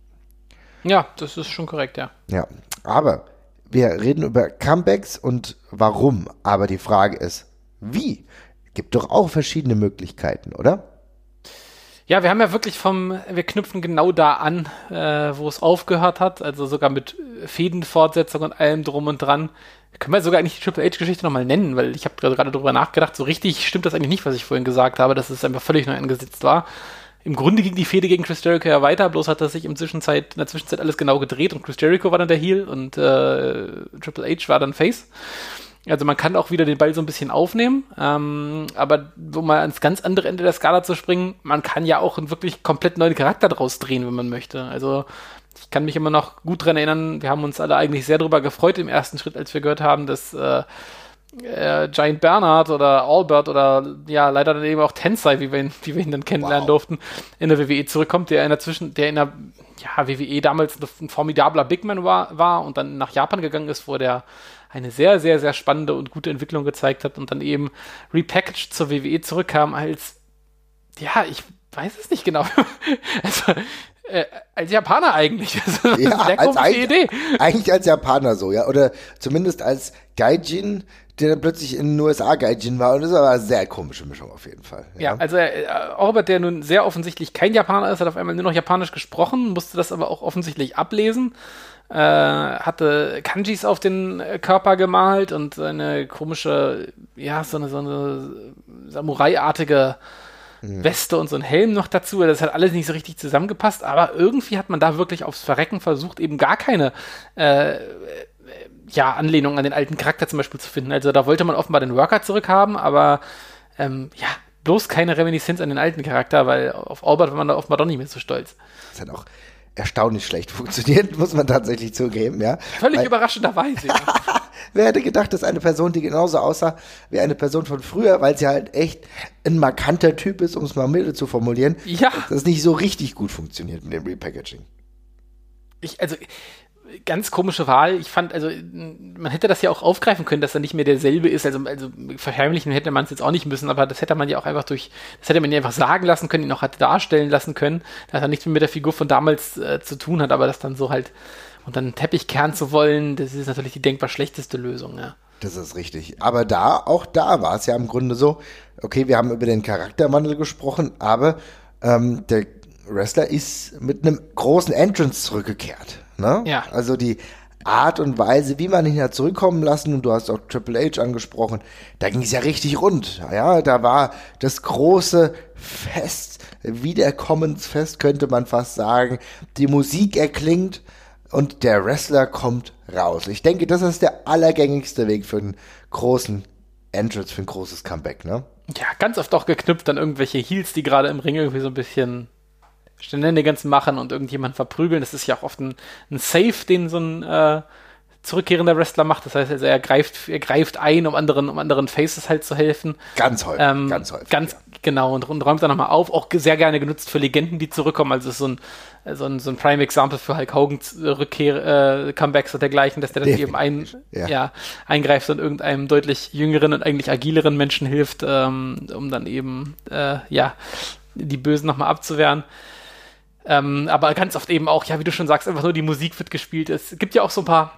Ja, das ist schon korrekt, ja. Ja, aber wir reden über Comebacks und warum. Aber die Frage ist, wie? Gibt doch auch verschiedene Möglichkeiten, oder? Ja, wir haben ja wirklich vom, wir knüpfen genau da an, äh, wo es aufgehört hat, also sogar mit Fädenfortsetzung und allem drum und dran. Können wir sogar eigentlich die Triple H-Geschichte nochmal nennen, weil ich habe gerade drüber nachgedacht, so richtig stimmt das eigentlich nicht, was ich vorhin gesagt habe, dass es einfach völlig neu angesetzt war. Im Grunde ging die Fehde gegen Chris Jericho ja weiter, bloß hat das sich im Zwischenzeit, in der Zwischenzeit alles genau gedreht und Chris Jericho war dann der Heel und äh, Triple H war dann Face. Also man kann auch wieder den Ball so ein bisschen aufnehmen, ähm, aber um mal ans ganz andere Ende der Skala zu springen, man kann ja auch einen wirklich komplett neuen Charakter draus drehen, wenn man möchte. Also ich kann mich immer noch gut dran erinnern, wir haben uns alle eigentlich sehr darüber gefreut im ersten Schritt, als wir gehört haben, dass äh, äh, Giant Bernard oder Albert oder ja leider dann eben auch Tensai, wie wir ihn, wie wir ihn dann kennenlernen wow. durften, in der W W E zurückkommt, der in der Zwischen, der in der ja, W W E damals ein formidabler Bigman war, war und dann nach Japan gegangen ist, wo der eine sehr, sehr, sehr spannende und gute Entwicklung gezeigt hat und dann eben repackaged zur W W E zurückkam als, ja, ich weiß es nicht genau, also äh, als Japaner eigentlich. Das ist ja, eine sehr als komische Idee. Eigentlich als Japaner so, ja, oder zumindest als Gaijin, der dann plötzlich in den U S A Gaijin war und das ist aber eine sehr komische Mischung auf jeden Fall. Ja, ja also äh, Albert, der nun sehr offensichtlich kein Japaner ist, hat auf einmal nur noch Japanisch gesprochen, musste das aber auch offensichtlich ablesen. Äh, hatte Kanjis auf den Körper gemalt und eine komische, ja, so eine, so eine Samurai-artige mhm. Weste und so ein Helm noch dazu. Das hat alles nicht so richtig zusammengepasst, aber irgendwie hat man da wirklich aufs Verrecken versucht, eben gar keine äh, ja, Anlehnung an den alten Charakter zum Beispiel zu finden. Also da wollte man offenbar den Worker zurückhaben, aber ähm, ja, bloß keine Reminiszenz an den alten Charakter, weil auf Albert war man da offenbar doch nicht mehr so stolz. Das hat auch erstaunlich schlecht funktioniert, muss man tatsächlich zugeben, ja. Völlig Weil, überraschenderweise. Ja. Wer hätte gedacht, dass eine Person, die genauso aussah wie eine Person von früher, weil sie halt echt ein markanter Typ ist, um es mal milde zu formulieren, Ja. das nicht so richtig gut funktioniert mit dem Repackaging. Ich, also, ganz komische Wahl. Ich fand, also, man hätte das ja auch aufgreifen können, dass er nicht mehr derselbe ist. Also, also verheimlichen hätte man es jetzt auch nicht müssen, aber das hätte man ja auch einfach durch, das hätte man ja einfach sagen lassen können, ihn auch hat darstellen lassen können, dass er nichts mehr mit der Figur von damals äh, zu tun hat, aber das dann so halt und dann einen Teppich kehren zu wollen, das ist natürlich die denkbar schlechteste Lösung, ja. Das ist richtig. Aber da, auch da war es ja im Grunde so, okay, wir haben über den Charakterwandel gesprochen, aber ähm, der Wrestler ist mit einem großen Entrance zurückgekehrt. Ne? Ja. Also die Art und Weise, wie man ihn hat zurückkommen lassen, und du hast auch Triple H angesprochen, da ging es ja richtig rund. Ja, da war das große Fest, Wiederkommensfest könnte man fast sagen. Die Musik erklingt und der Wrestler kommt raus. Ich denke, das ist der allergängigste Weg für einen großen Entrance, für ein großes Comeback, ne? Ja, ganz oft auch geknüpft an irgendwelche Heels, die gerade im Ring irgendwie so ein bisschen Shenanigans machen und irgendjemand verprügeln. Das ist ja auch oft ein, ein Save, den so ein äh, zurückkehrender Wrestler macht. Das heißt, also er greift, er greift ein, um anderen, um anderen Faces halt zu helfen. Ganz häufig, ähm, ganz häufig. Ganz, ja. Genau, und, und räumt dann nochmal auf. Auch sehr gerne genutzt für Legenden, die zurückkommen. Also es ist so ein, so ein, so ein Prime-Example für Hulk Hogan's Rückkehr, äh, Comebacks und dergleichen, dass der dann Definitiv, eben ein, ja. ja, eingreift und irgendeinem deutlich jüngeren und eigentlich agileren Menschen hilft, ähm, um dann eben, äh, ja, die Bösen nochmal abzuwehren. Ähm, aber ganz oft eben auch, ja, wie du schon sagst, einfach nur die Musik wird gespielt. Es gibt ja auch so ein paar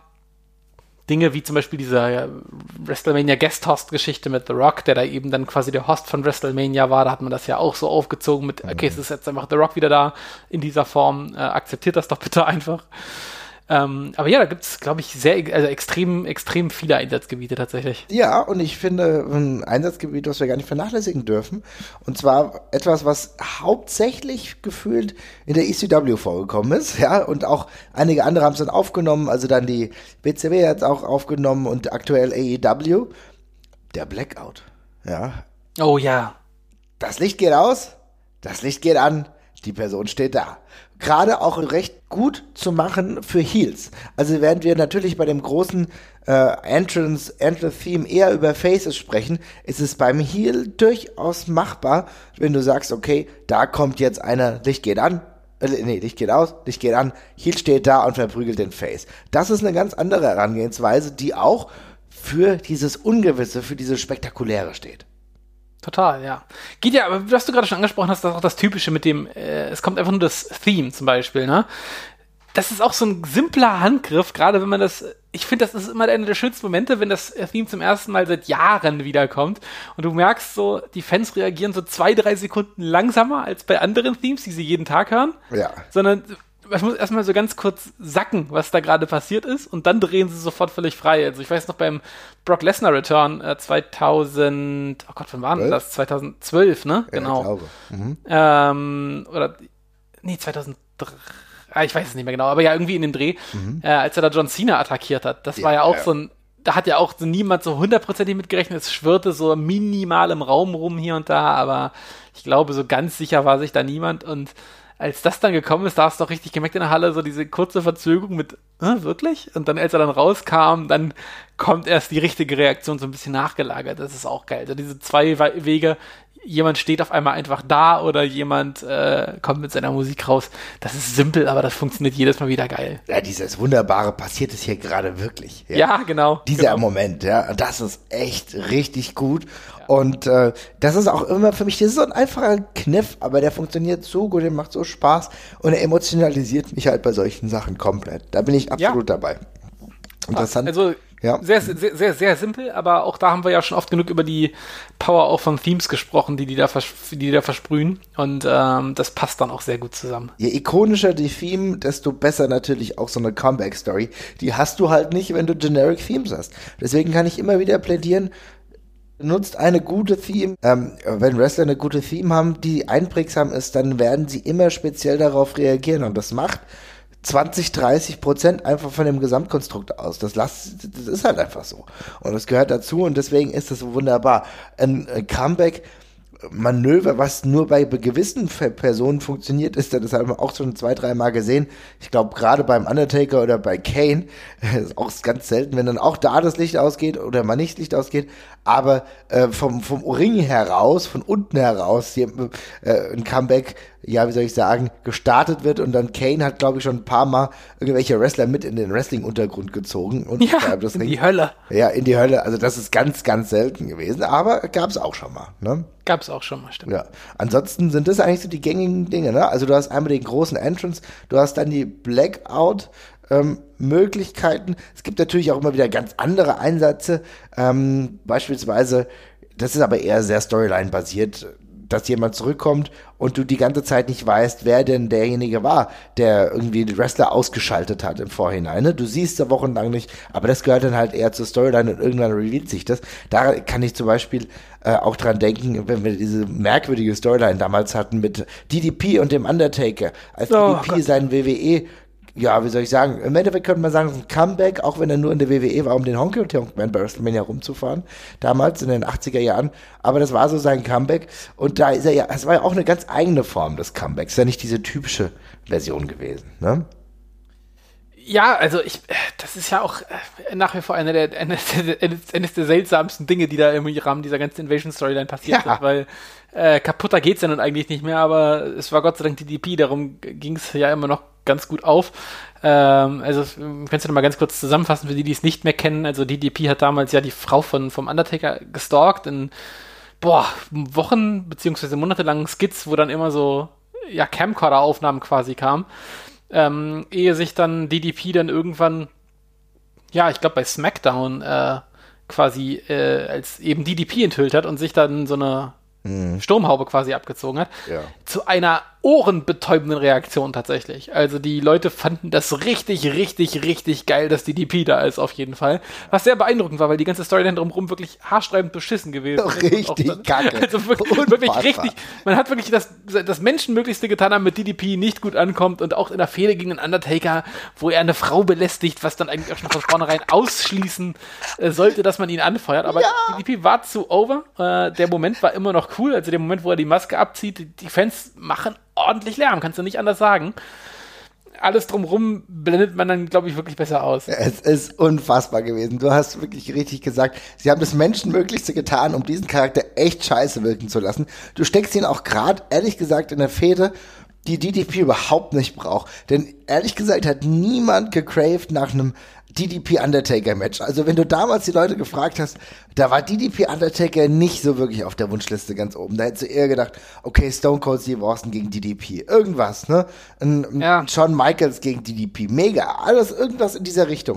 Dinge, wie zum Beispiel dieser ja, WrestleMania Guest-Host-Geschichte mit The Rock, der da eben dann quasi der Host von WrestleMania war. Da hat man das ja auch so aufgezogen mit, okay, es ist jetzt einfach The Rock wieder da in dieser Form. Äh, akzeptiert das doch bitte einfach. Ähm, aber ja, da gibt es, glaube ich, sehr, also extrem, extrem viele Einsatzgebiete tatsächlich. Ja, und ich finde ein Einsatzgebiet, was wir gar nicht vernachlässigen dürfen, und zwar etwas, was hauptsächlich gefühlt in der E C W vorgekommen ist, ja, und auch einige andere haben es dann aufgenommen, also dann die B C W hat es auch aufgenommen und aktuell A E W, der Blackout, ja. Oh ja. Das Licht geht aus, das Licht geht an, die Person steht da. Gerade auch recht gut zu machen für Heels. Also während wir natürlich bei dem großen äh, Entrance, Entrance-Theme eher über Faces sprechen, ist es beim Heel durchaus machbar, wenn du sagst, okay, da kommt jetzt einer, Licht geht an, äh, nee, Licht geht aus, Licht geht an, Heel steht da und verprügelt den Face. Das ist eine ganz andere Herangehensweise, die auch für dieses Ungewisse, für dieses Spektakuläre steht. Total, ja. Geht ja, aber was du gerade schon angesprochen hast, das ist auch das Typische mit dem, äh, es kommt einfach nur das Theme zum Beispiel, ne? Das ist auch so ein simpler Handgriff, gerade wenn man das, ich finde, das ist immer einer der schönsten Momente, wenn das Theme zum ersten Mal seit Jahren wiederkommt und du merkst so, die Fans reagieren so zwei, drei Sekunden langsamer als bei anderen Themes, die sie jeden Tag hören. Ja. Sondern es muss erstmal so ganz kurz sacken, was da gerade passiert ist und dann drehen sie sofort völlig frei. Also ich weiß noch beim Brock Lesnar Return äh, zweitausend, oh Gott, wann war denn das? zweitausendzwölf, ne? Ja, Genau. ich glaube. Mhm. Ähm, oder, nee, zweitausenddrei, ah, ich weiß es nicht mehr genau, aber ja, irgendwie in dem Dreh, mhm. äh, als er da John Cena attackiert hat. Das ja, war ja auch ja. so ein, da hat ja auch so niemand so hundertprozentig mitgerechnet, es schwirrte so minimal im Raum rum hier und da, aber ich glaube, so ganz sicher war sich da niemand und als das dann gekommen ist, da hast du doch richtig gemerkt in der Halle, so diese kurze Verzögerung mit, äh, wirklich? Und dann, als er dann rauskam, dann kommt erst die richtige Reaktion so ein bisschen nachgelagert. Das ist auch geil. Also diese zwei Wege, jemand steht auf einmal einfach da oder jemand äh, kommt mit seiner Musik raus. Das ist simpel, aber das funktioniert jedes Mal wieder geil. Ja, dieses Wunderbare passiert es hier gerade wirklich. Ja, ja genau. Dieser genau. Moment, ja, das ist echt richtig gut. Ja. Und äh, das ist auch immer für mich, das ist so ein einfacher Kniff, aber der funktioniert so gut, der macht so Spaß und er emotionalisiert mich halt bei solchen Sachen komplett. Da bin ich absolut ja. dabei. Interessant. Also ja. sehr, sehr, sehr, sehr simpel, aber auch da haben wir ja schon oft genug über die Power auch von Themes gesprochen, die die da, vers- die die da versprühen und ähm, das passt dann auch sehr gut zusammen. Je ikonischer die Theme, desto besser natürlich auch so eine Comeback-Story. Die hast du halt nicht, wenn du Generic Themes hast. Deswegen kann ich immer wieder plädieren, nutzt eine gute Theme. Ähm, wenn Wrestler eine gute Theme haben, die einprägsam ist, dann werden sie immer speziell darauf reagieren und das macht zwanzig, dreißig Prozent einfach von dem Gesamtkonstrukt aus. Das, lass, das ist halt einfach so. Und das gehört dazu und deswegen ist das so wunderbar. Ein Comeback Manöver, was nur bei gewissen Personen funktioniert, ist, das haben wir auch schon zwei, drei Mal gesehen. Ich glaube, gerade beim Undertaker oder bei Kane, ist auch ganz selten, wenn dann auch da das Licht ausgeht oder mal nicht das Licht ausgeht, aber äh, vom, vom Ring heraus, von unten heraus, hier, äh, ein Comeback, ja, wie soll ich sagen, gestartet wird und dann Kane hat, glaube ich, schon ein paar Mal irgendwelche Wrestler mit in den Wrestling-Untergrund gezogen. Und ja, das in Ring. Die Hölle. Ja, in die Hölle. Also das ist ganz, ganz selten gewesen, aber gab es auch schon mal, ne? Gab es auch schon mal, stimmt. Ja. Ansonsten sind das eigentlich so die gängigen Dinge, ne? Also du hast einmal den großen Entrance, du hast dann die Blackout, ähm, Möglichkeiten. Es gibt natürlich auch immer wieder ganz andere Einsätze, ähm, beispielsweise, das ist aber eher sehr Storyline-basiert, dass jemand zurückkommt und du die ganze Zeit nicht weißt, wer denn derjenige war, der irgendwie den Wrestler ausgeschaltet hat im Vorhinein. Ne? Du siehst da wochenlang nicht, aber das gehört dann halt eher zur Storyline und irgendwann revealt sich das. Da kann ich zum Beispiel äh, auch dran denken, wenn wir diese merkwürdige Storyline damals hatten mit D D P und dem Undertaker, als oh, D D P Gott. seinen W W E, ja, wie soll ich sagen, im Endeffekt könnte man sagen, ein Comeback, auch wenn er nur in der W W E war, um den Honky und Tonk Man bei WrestleMania rumzufahren, damals in den achtziger Jahren, aber das war so sein Comeback und da ist er ja, es war ja auch eine ganz eigene Form des Comebacks, ja nicht diese typische Version gewesen, ne? Ja, also ich, das ist ja auch nach wie vor eine der, eines, eines der seltsamsten Dinge, die da im Rahmen dieser ganzen Invasion-Storyline passiert ja. sind, weil äh, kaputter geht's ja nun eigentlich nicht mehr, aber es war Gott sei Dank D D P, darum ging's ja immer noch ganz gut auf. Ähm, also kannst du noch mal ganz kurz zusammenfassen, für die, die es nicht mehr kennen. Also D D P hat damals ja die Frau von vom Undertaker gestalkt in boah, Wochen beziehungsweise monatelangen Skits, wo dann immer so ja Camcorder-Aufnahmen quasi kamen. Ähm, ehe sich dann D D P dann irgendwann, ja, ich glaube bei SmackDown äh, quasi äh, als eben D D P enthüllt hat und sich dann so eine hm. Sturmhaube quasi abgezogen hat, ja. zu einer ohrenbetäubenden Reaktion tatsächlich. Also die Leute fanden das richtig, richtig, richtig geil, dass D D P da ist auf jeden Fall. Was sehr beeindruckend war, weil die ganze Storyline drumherum wirklich haarstreibend beschissen gewesen ist. Richtig dann, kacke. Also wirklich, wirklich richtig, man hat wirklich das, das Menschenmöglichste getan haben, mit D D P nicht gut ankommt und auch in der Fehde gegen den Undertaker, wo er eine Frau belästigt, was dann eigentlich auch schon von vornherein ausschließen äh, sollte, dass man ihn anfeuert. Aber ja. D D P war zu over. Äh, der Moment war immer noch cool. Also der Moment, wo er die Maske abzieht, die, die Fans machen ordentlich Lärm, kannst du nicht anders sagen. Alles drumherum blendet man dann, glaube ich, wirklich besser aus. Es ist unfassbar gewesen. Du hast wirklich richtig gesagt, sie haben das Menschenmöglichste getan, um diesen Charakter echt scheiße wirken zu lassen. Du steckst ihn auch gerade, ehrlich gesagt, in der Fehde, die D D P überhaupt nicht braucht. Denn ehrlich gesagt hat niemand gecraved nach einem D D P-Undertaker-Match. Also wenn du damals die Leute gefragt hast, da war D D P-Undertaker nicht so wirklich auf der Wunschliste ganz oben. Da hättest du eher gedacht, okay, Stone Cold Steve Austin gegen D D P. Irgendwas, ne? Ein, ja. Shawn Michaels gegen D D P. Mega. Alles irgendwas in dieser Richtung.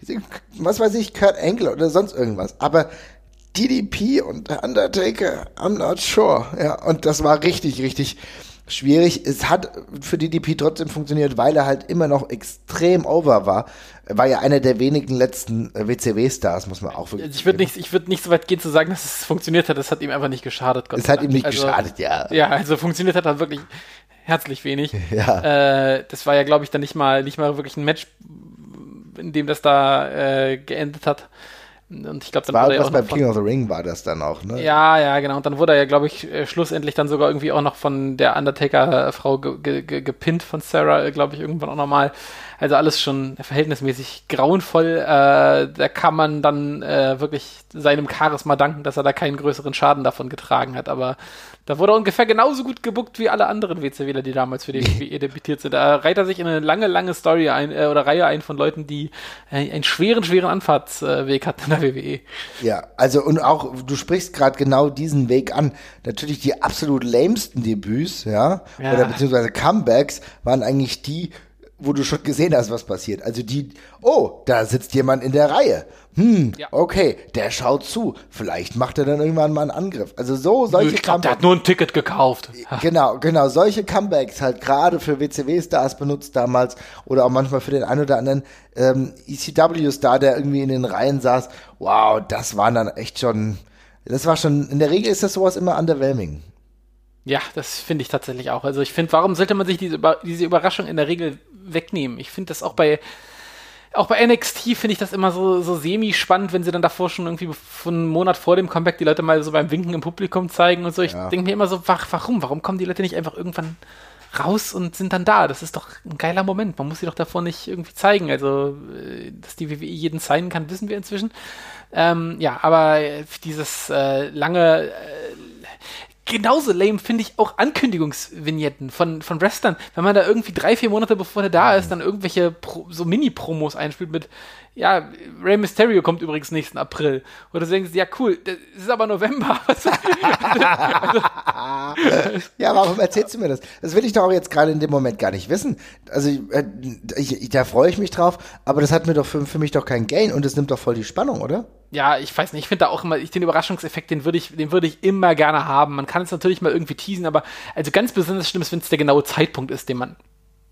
Was weiß ich, Kurt Angle oder sonst irgendwas. Aber D D P und Undertaker, I'm not sure. Ja, und das war richtig, richtig schwierig. Es hat für D D P trotzdem funktioniert, weil er halt immer noch extrem over war. Er war ja einer der wenigen letzten W C W-Stars, muss man auch wirklich Ich würde nicht, ich würde nicht so weit gehen zu sagen, dass es funktioniert hat. Das hat ihm einfach nicht geschadet. Gott es hat ihm nicht also, geschadet, ja. Ja, also funktioniert hat er wirklich herzlich wenig. Ja. Äh, das war ja, glaube ich, dann nicht mal, nicht mal wirklich ein Match, in dem das da äh, geendet hat. Und ich glaube, dann war wurde was er auch beim von, King of the Ring war das dann auch, ne? Ja, ja, genau. Und dann wurde er ja, glaube ich, schlussendlich dann sogar irgendwie auch noch von der Undertaker-Frau ge- ge- ge- gepinnt von Sarah, glaube ich, irgendwann auch nochmal. Also alles schon verhältnismäßig grauenvoll. Äh, da kann man dann äh, wirklich seinem Charisma danken, dass er da keinen größeren Schaden davon getragen hat. Aber da wurde er ungefähr genauso gut gebuckt wie alle anderen W C Wler, die damals für die W W E debütiert sind. Da reiht er sich in eine lange, lange Story ein, äh, oder Reihe ein von Leuten, die äh, einen schweren, schweren Anfahrtsweg hatten in der W W E. Ja, also und auch, du sprichst gerade genau diesen Weg an. Natürlich die absolut lamesten Debüts, ja, ja, oder beziehungsweise Comebacks waren eigentlich die, wo du schon gesehen hast, was passiert. Also die, oh, da sitzt jemand in der Reihe. Hm, ja. Okay, der schaut zu. Vielleicht macht er dann irgendwann mal einen Angriff. Also so, solche Ich glaube, der hat nur ein Ticket gekauft. Genau, genau, solche Comebacks halt gerade für W C W-Stars benutzt damals oder auch manchmal für den einen oder anderen ähm, E C W-Star, der irgendwie in den Reihen saß. Wow, das waren dann echt schon, das war schon, in der Regel ist das sowas immer underwhelming. Ja, das finde ich tatsächlich auch. Also ich finde, warum sollte man sich diese, Über- diese Überraschung in der Regel wegnehmen? Ich finde das auch bei auch bei N X T finde ich das immer so, so semi-spannend, wenn sie dann davor schon irgendwie von einem Monat vor dem Comeback die Leute mal so beim Winken im Publikum zeigen und so. Ich ja. denke mir immer so, warum? Warum kommen die Leute nicht einfach irgendwann raus und sind dann da? Das ist doch ein geiler Moment. Man muss sie doch davor nicht irgendwie zeigen. Also, dass die W W E jeden zeigen kann, wissen wir inzwischen. Ähm, ja, aber dieses äh, lange... Äh, Genauso lame finde ich auch Ankündigungsvignetten von, von Wrestlern. Wenn man da irgendwie drei, vier Monate bevor der da ist, dann irgendwelche Pro, so Mini-Promos einspielt mit, ja, Rey Mysterio kommt übrigens nächsten April. Oder so denkst du, ja cool, das ist aber November. Ja, warum erzählst du mir das? Das will ich doch auch jetzt gerade in dem Moment gar nicht wissen. Also, ich, ich, da freue ich mich drauf, aber das hat mir doch für, für mich doch keinen Gain und es nimmt doch voll die Spannung, oder? Ja, ich weiß nicht, ich finde da auch immer, ich, den Überraschungseffekt, den würde ich, den würde ich immer gerne haben. Man kann es natürlich mal irgendwie teasen, aber also ganz besonders schlimm ist, wenn es der genaue Zeitpunkt ist, den man,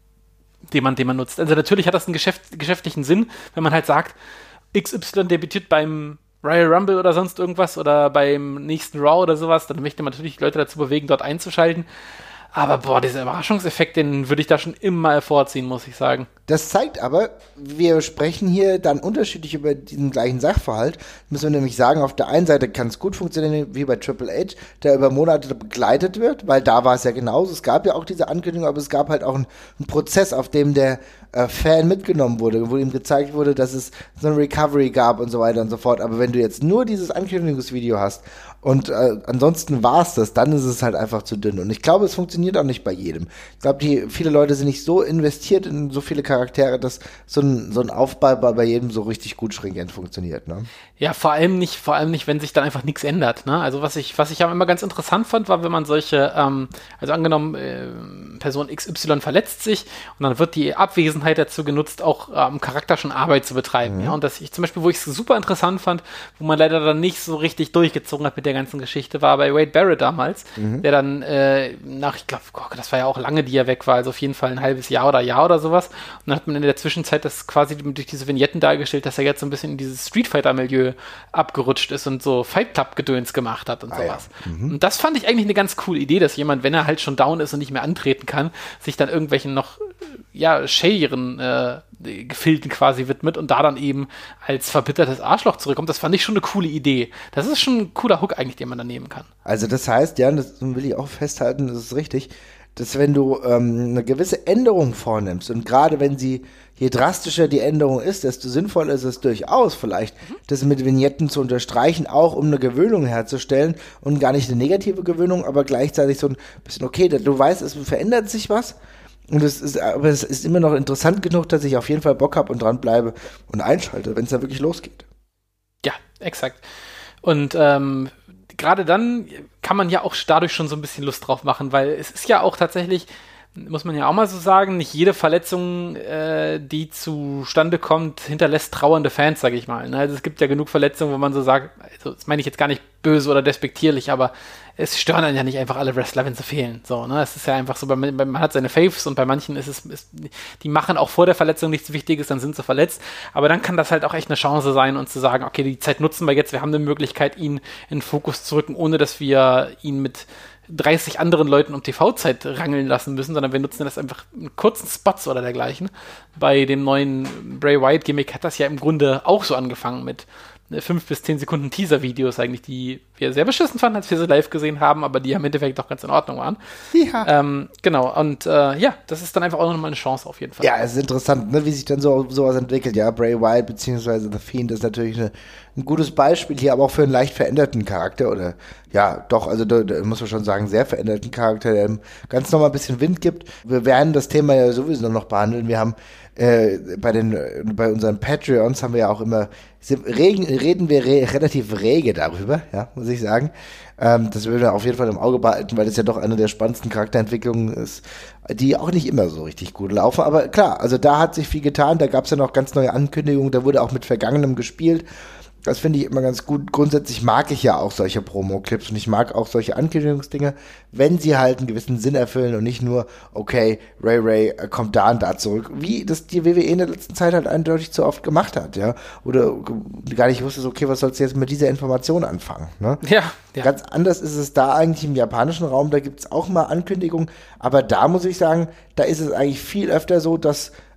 den man, den man nutzt. Also natürlich hat das einen Geschäft, geschäftlichen Sinn, wenn man halt sagt, X Y debütiert beim Royal Rumble oder sonst irgendwas oder beim nächsten Raw oder sowas, dann möchte man natürlich die Leute dazu bewegen, dort einzuschalten. Aber boah, dieser Überraschungseffekt, den würde ich da schon immer vorziehen, muss ich sagen. Das zeigt aber, wir sprechen hier dann unterschiedlich über diesen gleichen Sachverhalt. Müssen wir nämlich sagen, auf der einen Seite kann es gut funktionieren, wie bei Triple H, der über Monate begleitet wird, weil da war es ja genauso. Es gab ja auch diese Ankündigung, aber es gab halt auch einen, einen Prozess, auf dem der äh, Fan mitgenommen wurde, wo ihm gezeigt wurde, dass es so eine Recovery gab und so weiter und so fort. Aber wenn du jetzt nur dieses Ankündigungsvideo hast und äh, ansonsten war es das, dann ist es halt einfach zu dünn. Und ich glaube, es funktioniert auch nicht bei jedem. Ich glaube, die viele Leute sind nicht so investiert in so viele Charaktere, dass so ein, so ein Aufbau bei jedem so richtig gut stringent funktioniert, ne? Ja, vor allem nicht, vor allem nicht, wenn sich dann einfach nichts ändert, ne? Also was ich, was ich ja immer ganz interessant fand, war, wenn man solche, ähm, also angenommen, äh, Person X Y verletzt sich und dann wird die Abwesenheit dazu genutzt, auch am ähm, Charakter schon Arbeit zu betreiben, mhm. ja? Und dass ich zum Beispiel, wo ich es super interessant fand, wo man leider dann nicht so richtig durchgezogen hat mit der ganzen Geschichte, war bei Wade Barrett damals, mhm. der dann äh, nach, ich glaube, das war ja auch lange, die er weg war, also auf jeden Fall ein halbes Jahr oder Jahr oder sowas. Und dann hat man in der Zwischenzeit das quasi durch diese Vignetten dargestellt, dass er jetzt so ein bisschen in dieses Street Fighter-Milieu abgerutscht ist und so Fight Club-Gedöns gemacht hat und ah, sowas. Ja. Mhm. Und das fand ich eigentlich eine ganz coole Idee, dass jemand, wenn er halt schon down ist und nicht mehr antreten kann, sich dann irgendwelchen noch, ja, shadyeren äh, Gefilden quasi widmet und da dann eben als verbittertes Arschloch zurückkommt. Das fand ich schon eine coole Idee. Das ist schon ein cooler Hook eigentlich, den man da nehmen kann. Also das heißt, ja, das will ich auch festhalten, das ist richtig, dass wenn du ähm, eine gewisse Änderung vornimmst und gerade wenn sie, je drastischer die Änderung ist, desto sinnvoller ist es durchaus vielleicht, mhm. das mit Vignetten zu unterstreichen, auch um eine Gewöhnung herzustellen und gar nicht eine negative Gewöhnung, aber gleichzeitig so ein bisschen, okay, du weißt, es verändert sich was und es ist, aber es ist immer noch interessant genug, dass ich auf jeden Fall Bock habe und dranbleibe und einschalte, wenn es da wirklich losgeht. Ja, exakt. Und ähm, gerade dann kann man ja auch dadurch schon so ein bisschen Lust drauf machen, weil es ist ja auch tatsächlich, muss man ja auch mal so sagen, nicht jede Verletzung, äh, die zustande kommt, hinterlässt trauernde Fans, sage ich mal. Ne? Also es gibt ja genug Verletzungen, wo man so sagt, also das meine ich jetzt gar nicht böse oder despektierlich, aber es stören dann ja nicht einfach alle Wrestler, wenn sie fehlen. So, ne? Es ist ja einfach so, man, man hat seine Faves und bei manchen ist es, ist, die machen auch vor der Verletzung nichts Wichtiges, dann sind sie verletzt. Aber dann kann das halt auch echt eine Chance sein und zu sagen, okay, die Zeit nutzen wir jetzt, wir haben eine Möglichkeit, ihn in den Fokus zu rücken, ohne dass wir ihn mit dreißig anderen Leuten um T V-Zeit rangeln lassen müssen, sondern wir nutzen das einfach in kurzen Spots oder dergleichen. Bei dem neuen Bray Wyatt-Gimmick hat das ja im Grunde auch so angefangen mit fünf bis zehn Sekunden Teaser-Videos eigentlich, die wir sehr beschissen fanden, als wir sie live gesehen haben, aber die im Endeffekt doch ganz in Ordnung waren. Ja. Ähm, genau, und äh, ja, das ist dann einfach auch nochmal eine Chance auf jeden Fall. Ja, es ist interessant, ne, wie sich dann so sowas entwickelt. Ja, Bray Wyatt beziehungsweise The Fiend ist natürlich eine, ein gutes Beispiel hier, aber auch für einen leicht veränderten Charakter oder ja, doch, also da, da muss man schon sagen, sehr veränderten Charakter, der ganz nochmal ein bisschen Wind gibt. Wir werden das Thema ja sowieso noch behandeln. Wir haben äh, bei den bei unseren Patreons haben wir ja auch immer regen, reden wir re, relativ rege darüber, ja, muss ich sagen. Ähm, das würden wir auf jeden Fall im Auge behalten, weil das ja doch eine der spannendsten Charakterentwicklungen ist, die auch nicht immer so richtig gut laufen. Aber klar, also da hat sich viel getan, da gab es ja noch ganz neue Ankündigungen, da wurde auch mit Vergangenem gespielt. Das finde ich immer ganz gut. Grundsätzlich mag ich ja auch solche Promo-Clips und ich mag auch solche Ankündigungsdinge, wenn sie halt einen gewissen Sinn erfüllen und nicht nur, okay, Ray Ray kommt da und da zurück, wie das die W W E in der letzten Zeit halt eindeutig zu oft gemacht hat, ja. Oder gar nicht wusste, okay, was sollst du jetzt mit dieser Information anfangen, ne? Ja, ja. Ganz anders ist es da eigentlich im japanischen Raum, da gibt es auch mal Ankündigungen, aber da muss ich sagen, da ist es eigentlich viel öfter so, dass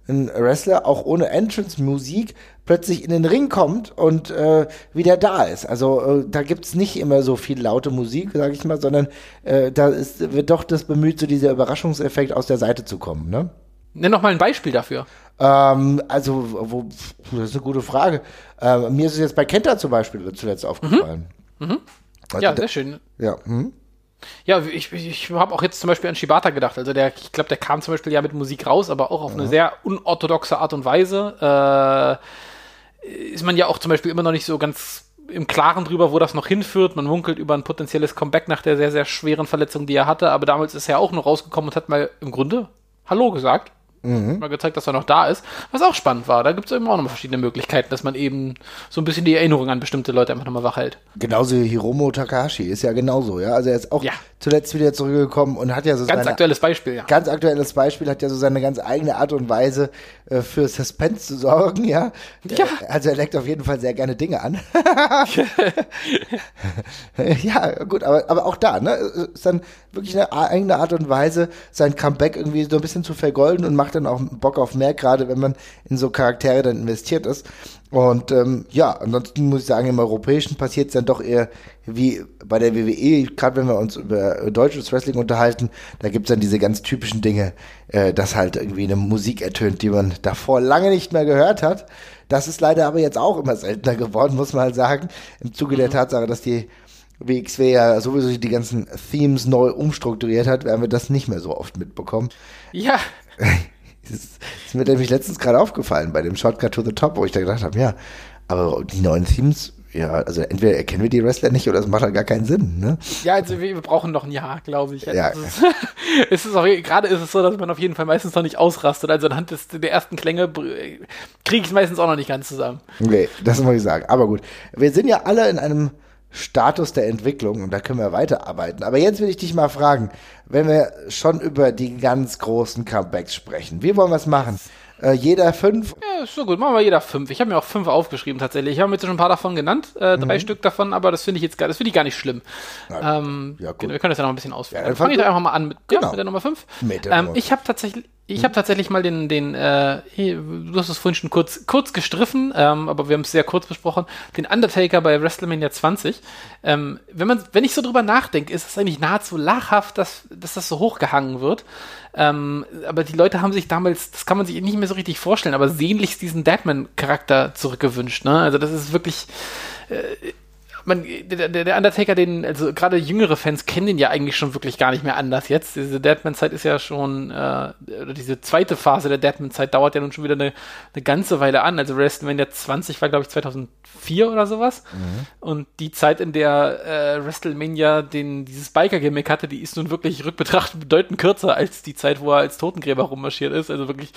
ein Wrestler auch ohne Entrance-Musik plötzlich in den Ring kommt und äh, wieder da ist. Also äh, da gibt's nicht immer so viel laute Musik, sage ich mal, sondern äh, da ist, wird doch das bemüht, so dieser Überraschungseffekt aus der Seite zu kommen, ne? Nenn doch mal ein Beispiel dafür. Ähm, also, wo, das ist eine gute Frage. Ähm, mir ist es jetzt bei Kenta zum Beispiel zuletzt aufgefallen. Mhm. Mhm. Also, ja, sehr schön. Ja, hm? Ja, ich, ich habe auch jetzt zum Beispiel an Shibata gedacht. Also der, ich glaube, der kam zum Beispiel ja mit Musik raus, aber auch auf ja. eine sehr unorthodoxe Art und Weise. Äh, ist man ja auch zum Beispiel immer noch nicht so ganz im Klaren drüber, wo das noch hinführt. Man munkelt über ein potenzielles Comeback nach der sehr, sehr schweren Verletzung, die er hatte. Aber damals ist er auch noch rausgekommen und hat mal im Grunde Hallo gesagt. Mhm. Mal gezeigt, dass er noch da ist, was auch spannend war. Da gibt es eben auch noch verschiedene Möglichkeiten, dass man eben so ein bisschen die Erinnerung an bestimmte Leute einfach nochmal wach hält. Genauso Hiromu Takahashi ist ja genauso, ja. Also er ist auch ja. zuletzt wieder zurückgekommen und hat ja so ganz seine, aktuelles Beispiel, ja. Ganz aktuelles Beispiel, hat ja so seine ganz eigene Art und Weise äh, für Suspense zu sorgen, ja. ja. Also er leckt auf jeden Fall sehr gerne Dinge an. ja, gut, aber, aber auch da, ne, ist dann wirklich eine eigene Art und Weise, sein Comeback irgendwie so ein bisschen zu vergolden und macht dann auch Bock auf mehr, gerade wenn man in so Charaktere dann investiert ist. Und ähm, ja, ansonsten muss ich sagen, im Europäischen passiert es dann doch eher wie bei der W W E, gerade wenn wir uns über deutsches Wrestling unterhalten, da gibt es dann diese ganz typischen Dinge, äh, dass halt irgendwie eine Musik ertönt, die man davor lange nicht mehr gehört hat. Das ist leider aber jetzt auch immer seltener geworden, muss man halt sagen, im Zuge mhm. der Tatsache, dass die W X W ja sowieso die ganzen Themes neu umstrukturiert hat, werden wir das nicht mehr so oft mitbekommen. Ja. Das ist, ist mir nämlich letztens gerade aufgefallen bei dem Shortcut to the Top, wo ich da gedacht habe, ja, aber die neuen Themes, ja, also entweder erkennen wir die Wrestler nicht oder es macht halt gar keinen Sinn, ne? Ja, also wir brauchen noch ein Jahr, glaube ich. Also ja. Es ist, es ist auch, gerade ist es so, dass man auf jeden Fall meistens noch nicht ausrastet. Also anhand des, der ersten Klänge kriege ich es meistens auch noch nicht ganz zusammen. Okay, das muss ich sagen. Aber gut, wir sind ja alle in einem Status der Entwicklung und da können wir weiterarbeiten. Aber jetzt will ich dich mal fragen, wenn wir schon über die ganz großen Comebacks sprechen, wie wollen wir es machen? Äh, jeder fünf? Ja, ist so gut, machen wir jeder fünf. Ich habe mir auch fünf aufgeschrieben tatsächlich. Ich habe mir jetzt schon ein paar davon genannt, äh, drei mhm. Stück davon, aber das finde ich jetzt gar, das finde ich gar nicht schlimm. Na, ähm, ja, gut. Wir können das ja noch ein bisschen ausführen. Ja, dann fange ich da einfach mal an mit, genau. ja, mit der Nummer fünf. Mit der ähm, Nummer ich habe tatsächlich Ich habe tatsächlich mal den, den äh, du hast es vorhin schon kurz, kurz gestriffen, ähm, aber wir haben es sehr kurz besprochen, den Undertaker bei WrestleMania zwanzig. Ähm, wenn man, wenn ich so drüber nachdenke, ist es eigentlich nahezu lachhaft, dass, dass das so hochgehangen wird. Ähm, aber die Leute haben sich damals, das kann man sich nicht mehr so richtig vorstellen, aber sehnlichst diesen Deadman-Charakter zurückgewünscht. Ne? Also das ist wirklich... Äh, Man, der, der Undertaker, den, also gerade jüngere Fans kennen den ja eigentlich schon wirklich gar nicht mehr anders jetzt. Diese Deadman-Zeit ist ja schon, äh, oder diese zweite Phase der Deadman-Zeit dauert ja nun schon wieder eine, eine ganze Weile an. Also WrestleMania zwanzig war, glaube ich, zweitausendvier oder sowas. Mhm. Und die Zeit, in der äh, WrestleMania den, dieses Biker-Gimmick hatte, die ist nun wirklich rückbetrachtet bedeutend kürzer als die Zeit, wo er als Totengräber rummarschiert ist. Also wirklich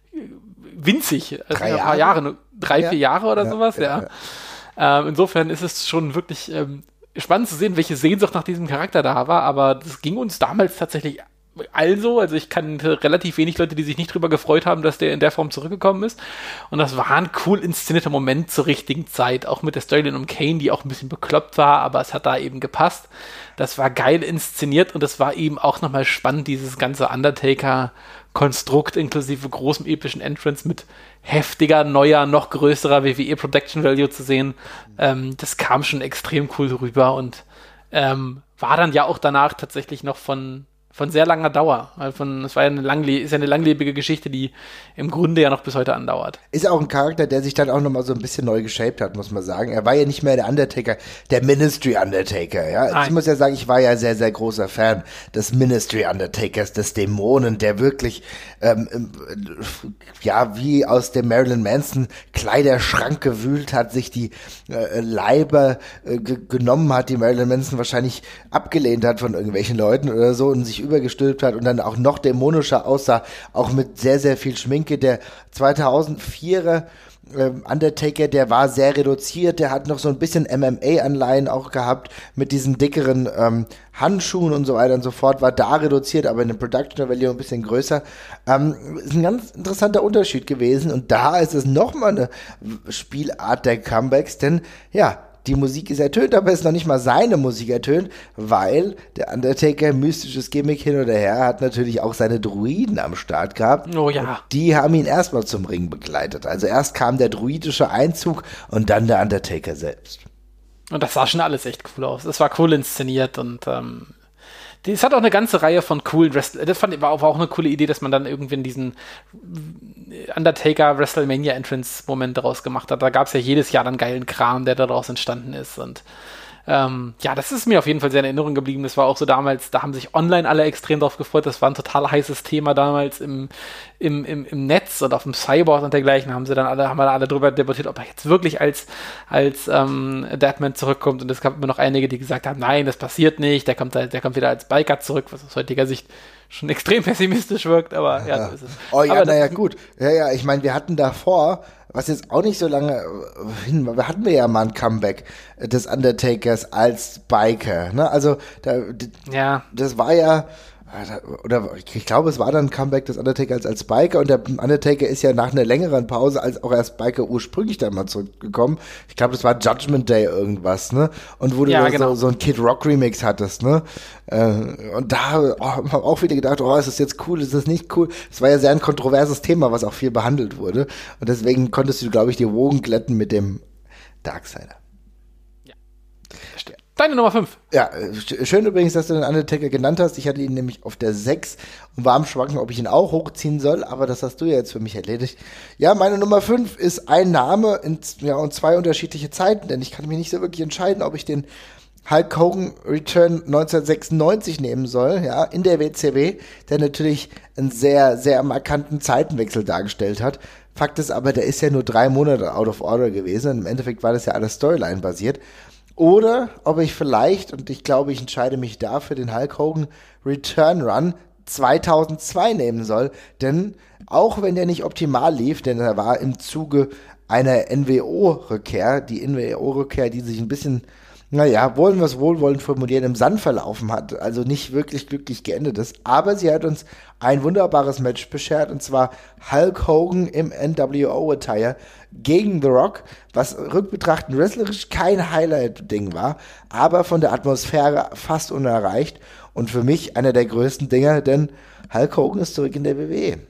winzig. Also drei ein paar Jahre? Jahre, drei, ja. vier Jahre oder ja, sowas, ja. ja. ja. Ähm, insofern ist es schon wirklich ähm, spannend zu sehen, welche Sehnsucht nach diesem Charakter da war, aber das ging uns damals tatsächlich allen so. Also ich kannte relativ wenig Leute, die sich nicht drüber gefreut haben, dass der in der Form zurückgekommen ist. Und das war ein cool inszenierter Moment zur richtigen Zeit, auch mit der Storyline um Kane, die auch ein bisschen bekloppt war, aber es hat da eben gepasst. Das war geil inszeniert und es war eben auch nochmal spannend, dieses ganze Undertaker-Konstrukt inklusive großem epischen Entrance mit heftiger, neuer, noch größerer W W E Production Value zu sehen. Ähm, das kam schon extrem cool rüber und ähm, war dann ja auch danach tatsächlich noch von von sehr langer Dauer. Weil von, es war ja eine langle- ist ja eine langlebige Geschichte, die im Grunde ja noch bis heute andauert. Ist auch ein Charakter, der sich dann auch nochmal so ein bisschen neu geshaped hat, muss man sagen. Er war ja nicht mehr der Undertaker, der Ministry Undertaker, ja. Nein. Ich muss ja sagen, ich war ja sehr, sehr großer Fan des Ministry Undertakers, des Dämonen, der wirklich, ähm, ja, wie aus dem Marilyn Manson Kleiderschrank gewühlt hat, sich die äh, Leiber äh, g- genommen hat, die Marilyn Manson wahrscheinlich abgelehnt hat von irgendwelchen Leuten oder so und sich übergestülpt hat und dann auch noch dämonischer aussah, auch mit sehr, sehr viel Schminke. Der zweitausendvierer ähm, Undertaker, der war sehr reduziert, der hat noch so ein bisschen M M A-Anleihen auch gehabt, mit diesen dickeren ähm, Handschuhen und so weiter und so fort, war da reduziert, aber in der Production Value ein bisschen größer. Ähm, ist ein ganz interessanter Unterschied gewesen und da ist es nochmal eine Spielart der Comebacks, denn ja, die Musik ist ertönt, aber es ist noch nicht mal seine Musik ertönt, weil der Undertaker, mystisches Gimmick hin oder her, hat natürlich auch seine Druiden am Start gehabt. Oh ja. Die haben ihn erstmal zum Ring begleitet. Also erst kam der druidische Einzug und dann der Undertaker selbst. Und das sah schon alles echt cool aus. Es war cool inszeniert und ähm, es hat auch eine ganze Reihe von coolen Wrestlern. Das fand, war auch eine coole Idee, dass man dann irgendwie in diesen Undertaker WrestleMania Entrance Moment daraus gemacht hat. Da gab es ja jedes Jahr dann geilen Kram, der daraus entstanden ist. Und ähm, ja, das ist mir auf jeden Fall sehr in Erinnerung geblieben. Das war auch so damals, da haben sich online alle extrem drauf gefreut. Das war ein total heißes Thema damals im, im, im, im Netz und auf dem Cyborg und dergleichen haben sie dann alle, haben wir alle drüber debattiert, ob er jetzt wirklich als, als ähm, Deadman zurückkommt. Und es gab immer noch einige, die gesagt haben, nein, das passiert nicht, der kommt, der kommt wieder als Biker zurück, was aus heutiger Sicht schon extrem pessimistisch wirkt, aber ja, so ist es. Oh ja, aber naja, gut. Ja, ja, ich meine, wir hatten davor, was jetzt auch nicht so lange hin war, hatten wir ja mal ein Comeback des Undertakers als Biker, ne? Also, da, ja. das war ja, oder ich glaube, es war dann ein Comeback des Undertaker als, als Biker und der Undertaker ist ja nach einer längeren Pause als auch als Biker ursprünglich dann mal zurückgekommen. Ich glaube, das war Judgment Day irgendwas, ne? Und wo du ja, da genau. so, so ein Kid Rock Remix hattest, ne? Äh, und da oh, haben auch viele gedacht, oh, ist das jetzt cool, ist das nicht cool? Es war ja sehr ein kontroverses Thema, was auch viel behandelt wurde. Und deswegen konntest du, glaube ich, die Wogen glätten mit dem Darksider. Ja, stimmt. Deine Nummer fünf. Ja, schön übrigens, dass du den Undertaker genannt hast. Ich hatte ihn nämlich auf der sechs und war am Schwanken, ob ich ihn auch hochziehen soll, aber das hast du ja jetzt für mich erledigt. Ja, meine Nummer fünf ist ein Name in, ja, und zwei unterschiedliche Zeiten, denn ich kann mich nicht so wirklich entscheiden, ob ich den Hulk Hogan Return neunzehnhundertsechsundneunzig nehmen soll, ja, in der W C W, der natürlich einen sehr, sehr markanten Zeitenwechsel dargestellt hat. Fakt ist aber, der ist ja nur drei Monate out of order gewesen und im Endeffekt war das ja alles Storyline basiert. Oder ob ich vielleicht, und ich glaube, ich entscheide mich dafür, den Hulk Hogan Return Run zweitausendzwei nehmen soll. Denn auch wenn der nicht optimal lief, denn er war im Zuge einer N W O-Rückkehr, die N W O-Rückkehr, die sich ein bisschen, naja, wollen wir es wohlwollend formulieren, im Sand verlaufen hat, also nicht wirklich glücklich geendet ist. Aber sie hat uns ein wunderbares Match beschert, und zwar Hulk Hogan im N W O-Attire gegen The Rock, was rückbetrachtend wrestlerisch kein Highlight-Ding war, aber von der Atmosphäre fast unerreicht und für mich einer der größten Dinger, denn Hulk Hogan ist zurück in der W W E.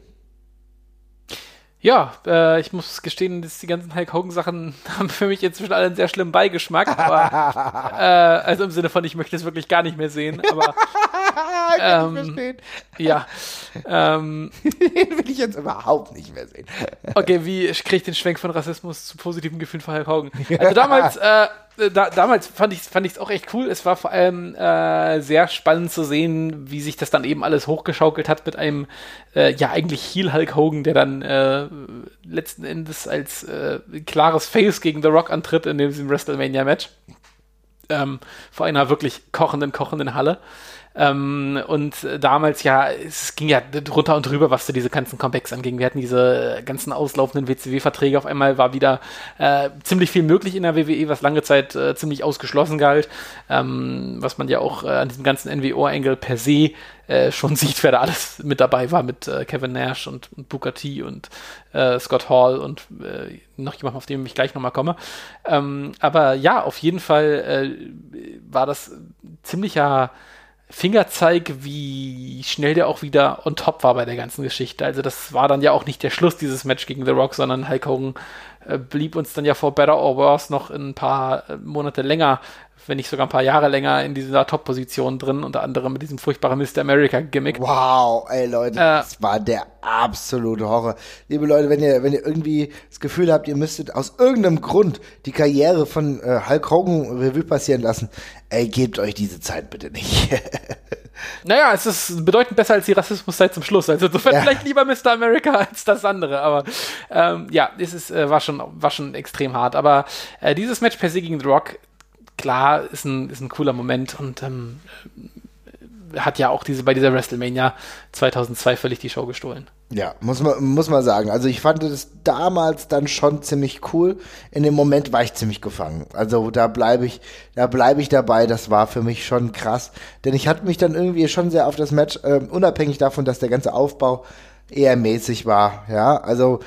Ja, äh, ich muss gestehen, dass die ganzen Hulk Hogan-Sachen haben für mich inzwischen alle einen sehr schlimmen Beigeschmack, aber äh, also im Sinne von, ich möchte es wirklich gar nicht mehr sehen, aber ähm, verstehen. Ja. Ähm, Den will ich jetzt überhaupt nicht mehr sehen. Okay, wie kriege ich den Schwenk von Rassismus zu positiven Gefühlen von Hulk Hogan? Also damals, äh, da, damals fand ich fand ich es auch echt cool. Es war vor allem äh, sehr spannend zu sehen, wie sich das dann eben alles hochgeschaukelt hat mit einem äh, ja eigentlich Heel Hulk Hogan, der dann äh, letzten Endes als äh, klares Face gegen The Rock antritt in diesem WrestleMania-Match. Ähm, vor einer wirklich kochenden, kochenden Halle. Ähm, und damals, ja, es ging ja drunter und drüber, was so diese ganzen Comebacks anging. Wir hatten diese ganzen auslaufenden W C W-Verträge. Auf einmal war wieder äh, ziemlich viel möglich in der W W E, was lange Zeit äh, ziemlich ausgeschlossen galt. Ähm, was man ja auch äh, an diesem ganzen N W O-Angle per se äh, schon sieht, wer da alles mit dabei war, mit äh, Kevin Nash und, und Booker T und äh, Scott Hall und äh, noch jemand, auf den ich gleich nochmal komme. Ähm, aber ja, auf jeden Fall äh, war das ziemlicher Fingerzeig, wie schnell der auch wieder on top war bei der ganzen Geschichte. Also das war dann ja auch nicht der Schluss dieses Match gegen The Rock, sondern Hulk Hogan äh, blieb uns dann ja vor Better or Worse noch ein paar äh, Monate länger, wenn nicht sogar ein paar Jahre länger in dieser Top-Position drin, unter anderem mit diesem furchtbaren Mister America-Gimmick. Wow, ey Leute, äh, das war der absolute Horror. Liebe Leute, wenn ihr, wenn ihr irgendwie das Gefühl habt, ihr müsstet aus irgendeinem Grund die Karriere von äh, Hulk Hogan Revue passieren lassen, ey, gebt euch diese Zeit bitte nicht. Naja, es ist bedeutend besser als die Rassismuszeit zum Schluss. Also insofern ja. Vielleicht lieber Mister America als das andere. Aber ähm, ja, es ist, äh, war, schon, war schon extrem hart. Aber äh, dieses Match per se gegen The Rock, klar, ist ein, ist ein cooler Moment und ähm, hat ja auch diese bei dieser WrestleMania zweitausendzwei völlig die Show gestohlen. Ja, muss man, muss man sagen. Also ich fand das damals dann schon ziemlich cool. In dem Moment war ich ziemlich gefangen. Also da bleibe ich, da bleibe ich dabei. Das war für mich schon krass. Denn ich hatte mich dann irgendwie schon sehr auf das Match, äh, unabhängig davon, dass der ganze Aufbau eher mäßig war. Ja, also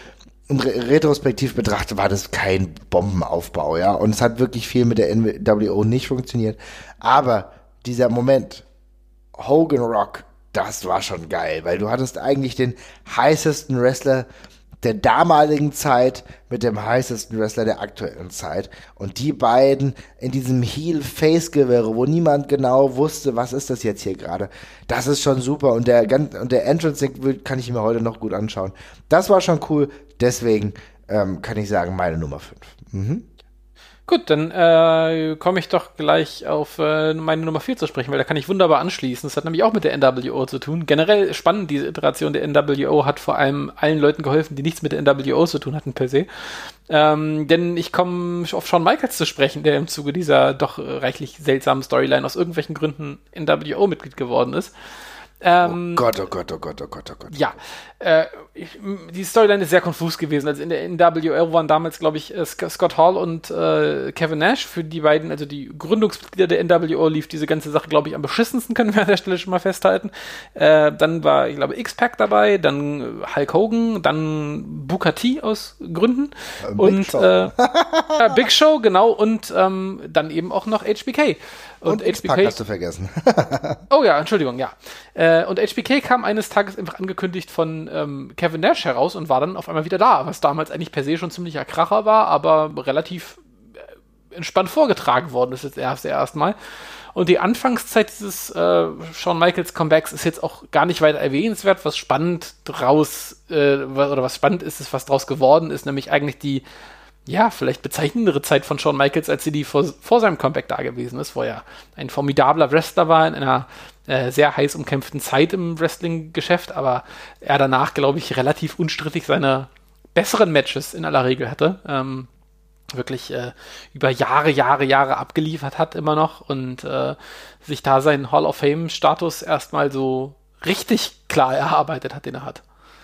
Und re- retrospektiv betrachtet war das kein Bombenaufbau, ja. Und es hat wirklich viel mit der N W O nicht funktioniert. Aber dieser Moment, Hogan Rock, das war schon geil, weil du hattest eigentlich den heißesten Wrestler der damaligen Zeit mit dem heißesten Wrestler der aktuellen Zeit. Und die beiden in diesem Heel-Face-Gewirre, wo niemand genau wusste, was ist das jetzt hier gerade. Das ist schon super. Und der, und der Entrance kann ich mir heute noch gut anschauen. Das war schon cool. Deswegen ähm, kann ich sagen, meine Nummer fünf. Mhm. Gut, dann äh, komme ich doch gleich auf äh, meine Nummer vier zu sprechen, weil da kann ich wunderbar anschließen. Das hat nämlich auch mit der N W O zu tun. Generell spannend, diese Iteration der N W O hat vor allem allen Leuten geholfen, die nichts mit der N W O zu tun hatten per se. Ähm, denn ich komme auf Shawn Michaels zu sprechen, der im Zuge dieser doch reichlich seltsamen Storyline aus irgendwelchen Gründen N W O-Mitglied geworden ist. Ähm, oh Gott, oh Gott, oh Gott, oh Gott, oh Gott. Ja, äh, ich, die Storyline ist sehr konfus gewesen. Also in der N W O waren damals, glaube ich, äh, Scott Hall und äh, Kevin Nash. Für die beiden, also die Gründungsmitglieder der N W O, lief diese ganze Sache, glaube ich, am beschissensten, können wir an der Stelle schon mal festhalten. Äh, dann war, ich glaube, X-Pac dabei, dann Hulk Hogan, dann Booker T aus Gründen. Äh, und Big Show. Äh, äh, Big Show, genau, und ähm, dann eben auch noch H B K. Und, und X-Pac hast du vergessen. Oh ja, Entschuldigung, ja. Äh, und H B K kam eines Tages einfach angekündigt von ähm, Kevin Nash heraus und war dann auf einmal wieder da, was damals eigentlich per se schon ziemlicher Kracher war, aber relativ äh, entspannt vorgetragen worden ist jetzt erst erstmal. Und die Anfangszeit dieses äh, Shawn Michaels Comebacks ist jetzt auch gar nicht weiter erwähnenswert. Was spannend draus, äh, oder was spannend ist, ist, was draus geworden ist, nämlich eigentlich die ja, vielleicht bezeichnendere Zeit von Shawn Michaels, als sie die vor, vor seinem Comeback da gewesen ist, wo er ein formidabler Wrestler war in einer äh, sehr heiß umkämpften Zeit im Wrestling-Geschäft, aber er danach, glaube ich, relativ unstrittig seine besseren Matches in aller Regel hatte. Ähm, wirklich äh, über Jahre, Jahre, Jahre abgeliefert hat immer noch und äh, sich da seinen Hall of Fame-Status erstmal so richtig klar erarbeitet hat, den er hat.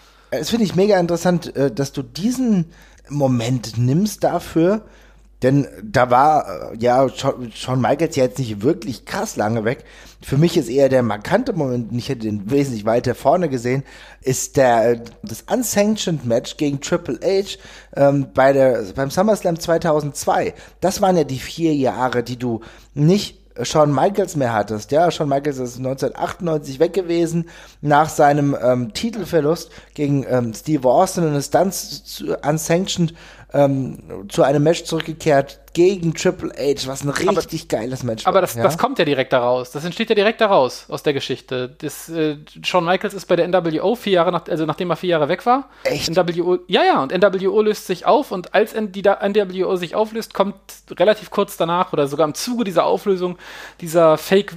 Es finde ich mega interessant, dass du diesen Moment nimmst dafür, denn da war ja Shawn Michaels ja jetzt nicht wirklich krass lange weg. Für mich ist eher der markante Moment, und ich hätte den wesentlich weiter vorne gesehen, ist der das Unsanctioned Match gegen Triple H ähm, bei der beim SummerSlam zweitausendzwei. Das waren ja die vier Jahre, die du nicht Shawn Michaels mehr hattest. Ja, Shawn Michaels ist neunzehnhundertachtundneunzig weg gewesen nach seinem ähm, Titelverlust gegen ähm, Steve Austin und ist dann zu, unsanctioned ähm, zu einem Match zurückgekehrt gegen Triple H, was ein richtig aber, geiles Match war. Aber das, ja? das kommt ja direkt daraus. Das entsteht ja direkt daraus, aus der Geschichte. Das, äh, Shawn Michaels ist bei der N W O vier Jahre, nach, also nachdem er vier Jahre weg war. Echt? N W O, ja, ja, und N W O löst sich auf und als die N W O sich auflöst, kommt relativ kurz danach oder sogar im Zuge dieser Auflösung dieser Fake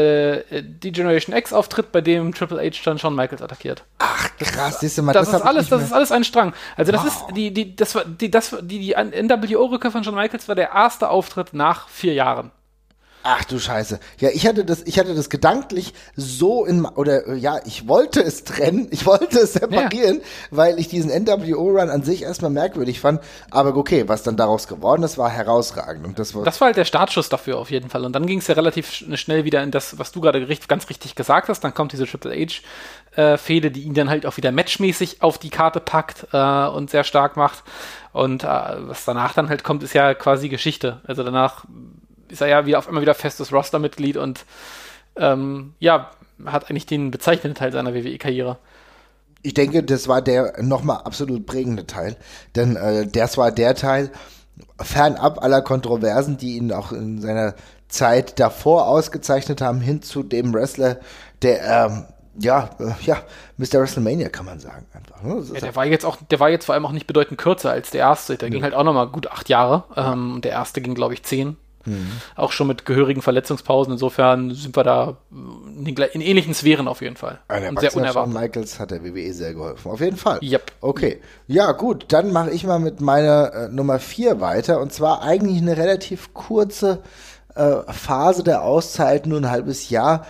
äh, D-Generation X-Auftritt, bei dem Triple H dann Shawn Michaels attackiert. Ach, krass, siehst du mal, das, das ist alles, das ist alles ein Strang. Also das wow. ist die, die, das war die, das die, die N W O-Rückkehr von Shawn Michaels war der erste Auftritt nach vier Jahren. Ach du Scheiße. Ja, ich hatte das, ich hatte das gedanklich so in, oder ja, ich wollte es trennen, ich wollte es separieren, ja. weil ich diesen N W O-Run an sich erstmal merkwürdig fand. Aber okay, was dann daraus geworden ist, war herausragend. Und das war, das war halt der Startschuss dafür auf jeden Fall. Und dann ging es ja relativ schnell wieder in das, was du gerade ganz richtig gesagt hast. Dann kommt diese Triple H-Fehde, die ihn dann halt auch wieder matchmäßig auf die Karte packt äh, und sehr stark macht. Und äh, was danach dann halt kommt, ist ja quasi Geschichte. Also danach ist er ja wieder auf einmal wieder festes Roster-Mitglied und ähm, ja, hat eigentlich den bezeichnenden Teil seiner W W E-Karriere. Ich denke, das war der nochmal absolut prägende Teil, denn äh, das war der Teil, fernab aller Kontroversen, die ihn auch in seiner Zeit davor ausgezeichnet haben, hin zu dem Wrestler, der ähm, ja, äh, ja, Mister WrestleMania kann man sagen einfach. Ne? Ja, der war jetzt auch, der war jetzt vor allem auch nicht bedeutend kürzer als der erste. Der ja. ging halt auch nochmal gut acht Jahre. Ähm, und der erste ging, glaube ich, zehn. Mhm. Auch schon mit gehörigen Verletzungspausen. Insofern sind wir da in, den, in ähnlichen Sphären auf jeden Fall. Ein und sehr unerwartet. Shawn Michaels hat der W W E sehr geholfen. Auf jeden Fall. Yep. Okay. Ja, gut. Dann mache ich mal mit meiner äh, Nummer vier weiter. Und zwar eigentlich eine relativ kurze äh, Phase der Auszeit, nur ein halbes Jahr.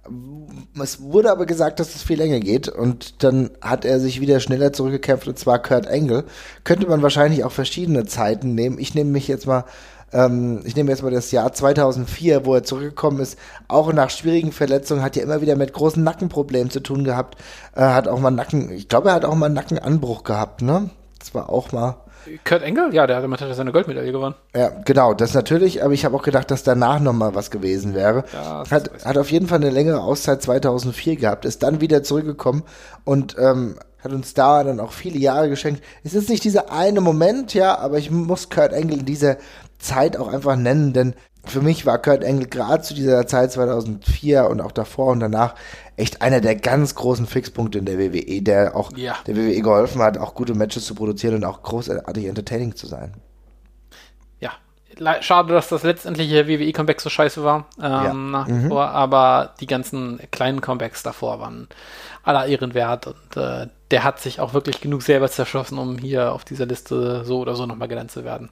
Es wurde aber gesagt, dass es viel länger geht und dann hat er sich wieder schneller zurückgekämpft und zwar Kurt Angle. Könnte man wahrscheinlich auch verschiedene Zeiten nehmen. Ich nehme mich jetzt mal, ähm, ich nehme jetzt mal das Jahr zweitausendvier, wo er zurückgekommen ist. Auch nach schwierigen Verletzungen, hat ja immer wieder mit großen Nackenproblemen zu tun gehabt. Er hat auch mal Nacken, ich glaube, er hat auch mal einen Nackenanbruch gehabt, ne? zwar auch mal. Kurt Angle? Ja, der hat damit seine Goldmedaille gewonnen. Ja, genau, das natürlich, aber ich habe auch gedacht, dass danach nochmal was gewesen wäre. Ja, hat, hat auf jeden Fall eine längere Auszeit zweitausendvier gehabt, ist dann wieder zurückgekommen und ähm, hat uns da dann auch viele Jahre geschenkt. Es ist nicht dieser eine Moment, ja, aber ich muss Kurt Angle in dieser Zeit auch einfach nennen, denn für mich war Kurt Angle gerade zu dieser Zeit zweitausendvier und auch davor und danach echt einer der ganz großen Fixpunkte in der W W E, der auch ja. der W W E geholfen hat, auch gute Matches zu produzieren und auch großartig entertaining zu sein. Ja, schade, dass das letztendliche W W E-Comeback so scheiße war, ähm, Ja. nach wie Mhm. vor, aber die ganzen kleinen Comebacks davor waren aller Ehren wert und äh, der hat sich auch wirklich genug selber zerschossen, um hier auf dieser Liste so oder so nochmal genannt zu werden.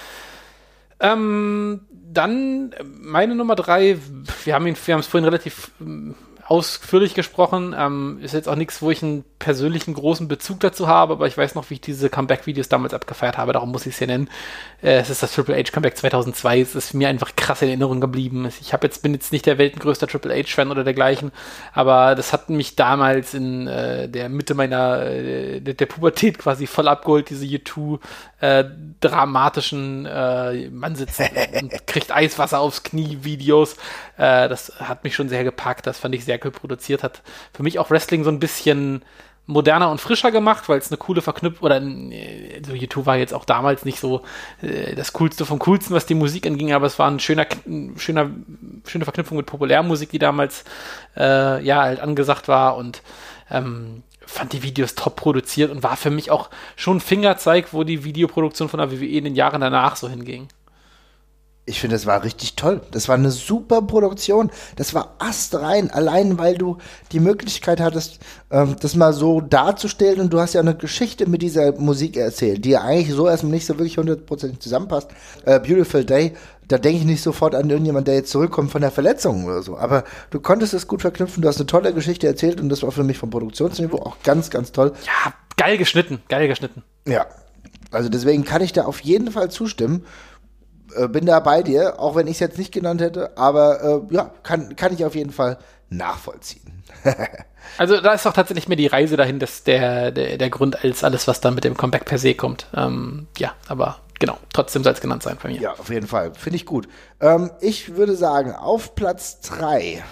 Ähm, dann meine Nummer drei, wir haben ihn, wir haben es vorhin relativ ähm, ausführlich gesprochen, ähm, ist jetzt auch nichts, wo ich einen persönlichen großen Bezug dazu habe, aber ich weiß noch, wie ich diese Comeback-Videos damals abgefeiert habe, darum muss ich es hier nennen. Äh, es ist das Triple H Comeback zweitausendzwei, es ist mir einfach krass in Erinnerung geblieben. Ich hab jetzt, bin jetzt nicht der weltgrößte Triple H-Fan oder dergleichen, aber das hat mich damals in äh, der Mitte meiner, äh, der, der Pubertät quasi voll abgeholt, diese U zwei äh, dramatischen äh, Mann sitzt und kriegt Eiswasser aufs Knie Videos. Äh, das hat mich schon sehr gepackt, das fand ich sehr cool produziert, hat für mich auch Wrestling so ein bisschen moderner und frischer gemacht, weil es eine coole Verknüpfung, oder äh, so U zwei war jetzt auch damals nicht so äh, das Coolste vom Coolsten, was die Musik anging, aber es war ein schöner, ein schöner, schöne Verknüpfung mit Populärmusik, die damals äh, ja halt angesagt war und ähm, fand die Videos top produziert und war für mich auch schon ein Fingerzeig, wo die Videoproduktion von der W W E in den Jahren danach so hinging. Ich finde, das war richtig toll. Das war eine super Produktion. Das war astrein, allein weil du die Möglichkeit hattest, ähm, das mal so darzustellen. Und du hast ja eine Geschichte mit dieser Musik erzählt, die ja eigentlich so erstmal nicht so wirklich hundertprozentig zusammenpasst. Äh, Beautiful Day, da denke ich nicht sofort an irgendjemand, der jetzt zurückkommt von der Verletzung oder so. Aber du konntest es gut verknüpfen. Du hast eine tolle Geschichte erzählt und das war für mich vom Produktionsniveau auch ganz, ganz toll. Ja, geil geschnitten, geil geschnitten. Ja, also deswegen kann ich da auf jeden Fall zustimmen. Bin da bei dir, auch wenn ich es jetzt nicht genannt hätte, aber äh, ja, kann, kann ich auf jeden Fall nachvollziehen. Also da ist auch tatsächlich mehr die Reise dahin, dass der, der, der Grund als alles, was dann mit dem Comeback per se kommt. Ähm, ja, aber genau, trotzdem soll es genannt sein bei mir. Ja, auf jeden Fall, finde ich gut. Ähm, ich würde sagen, auf Platz drei,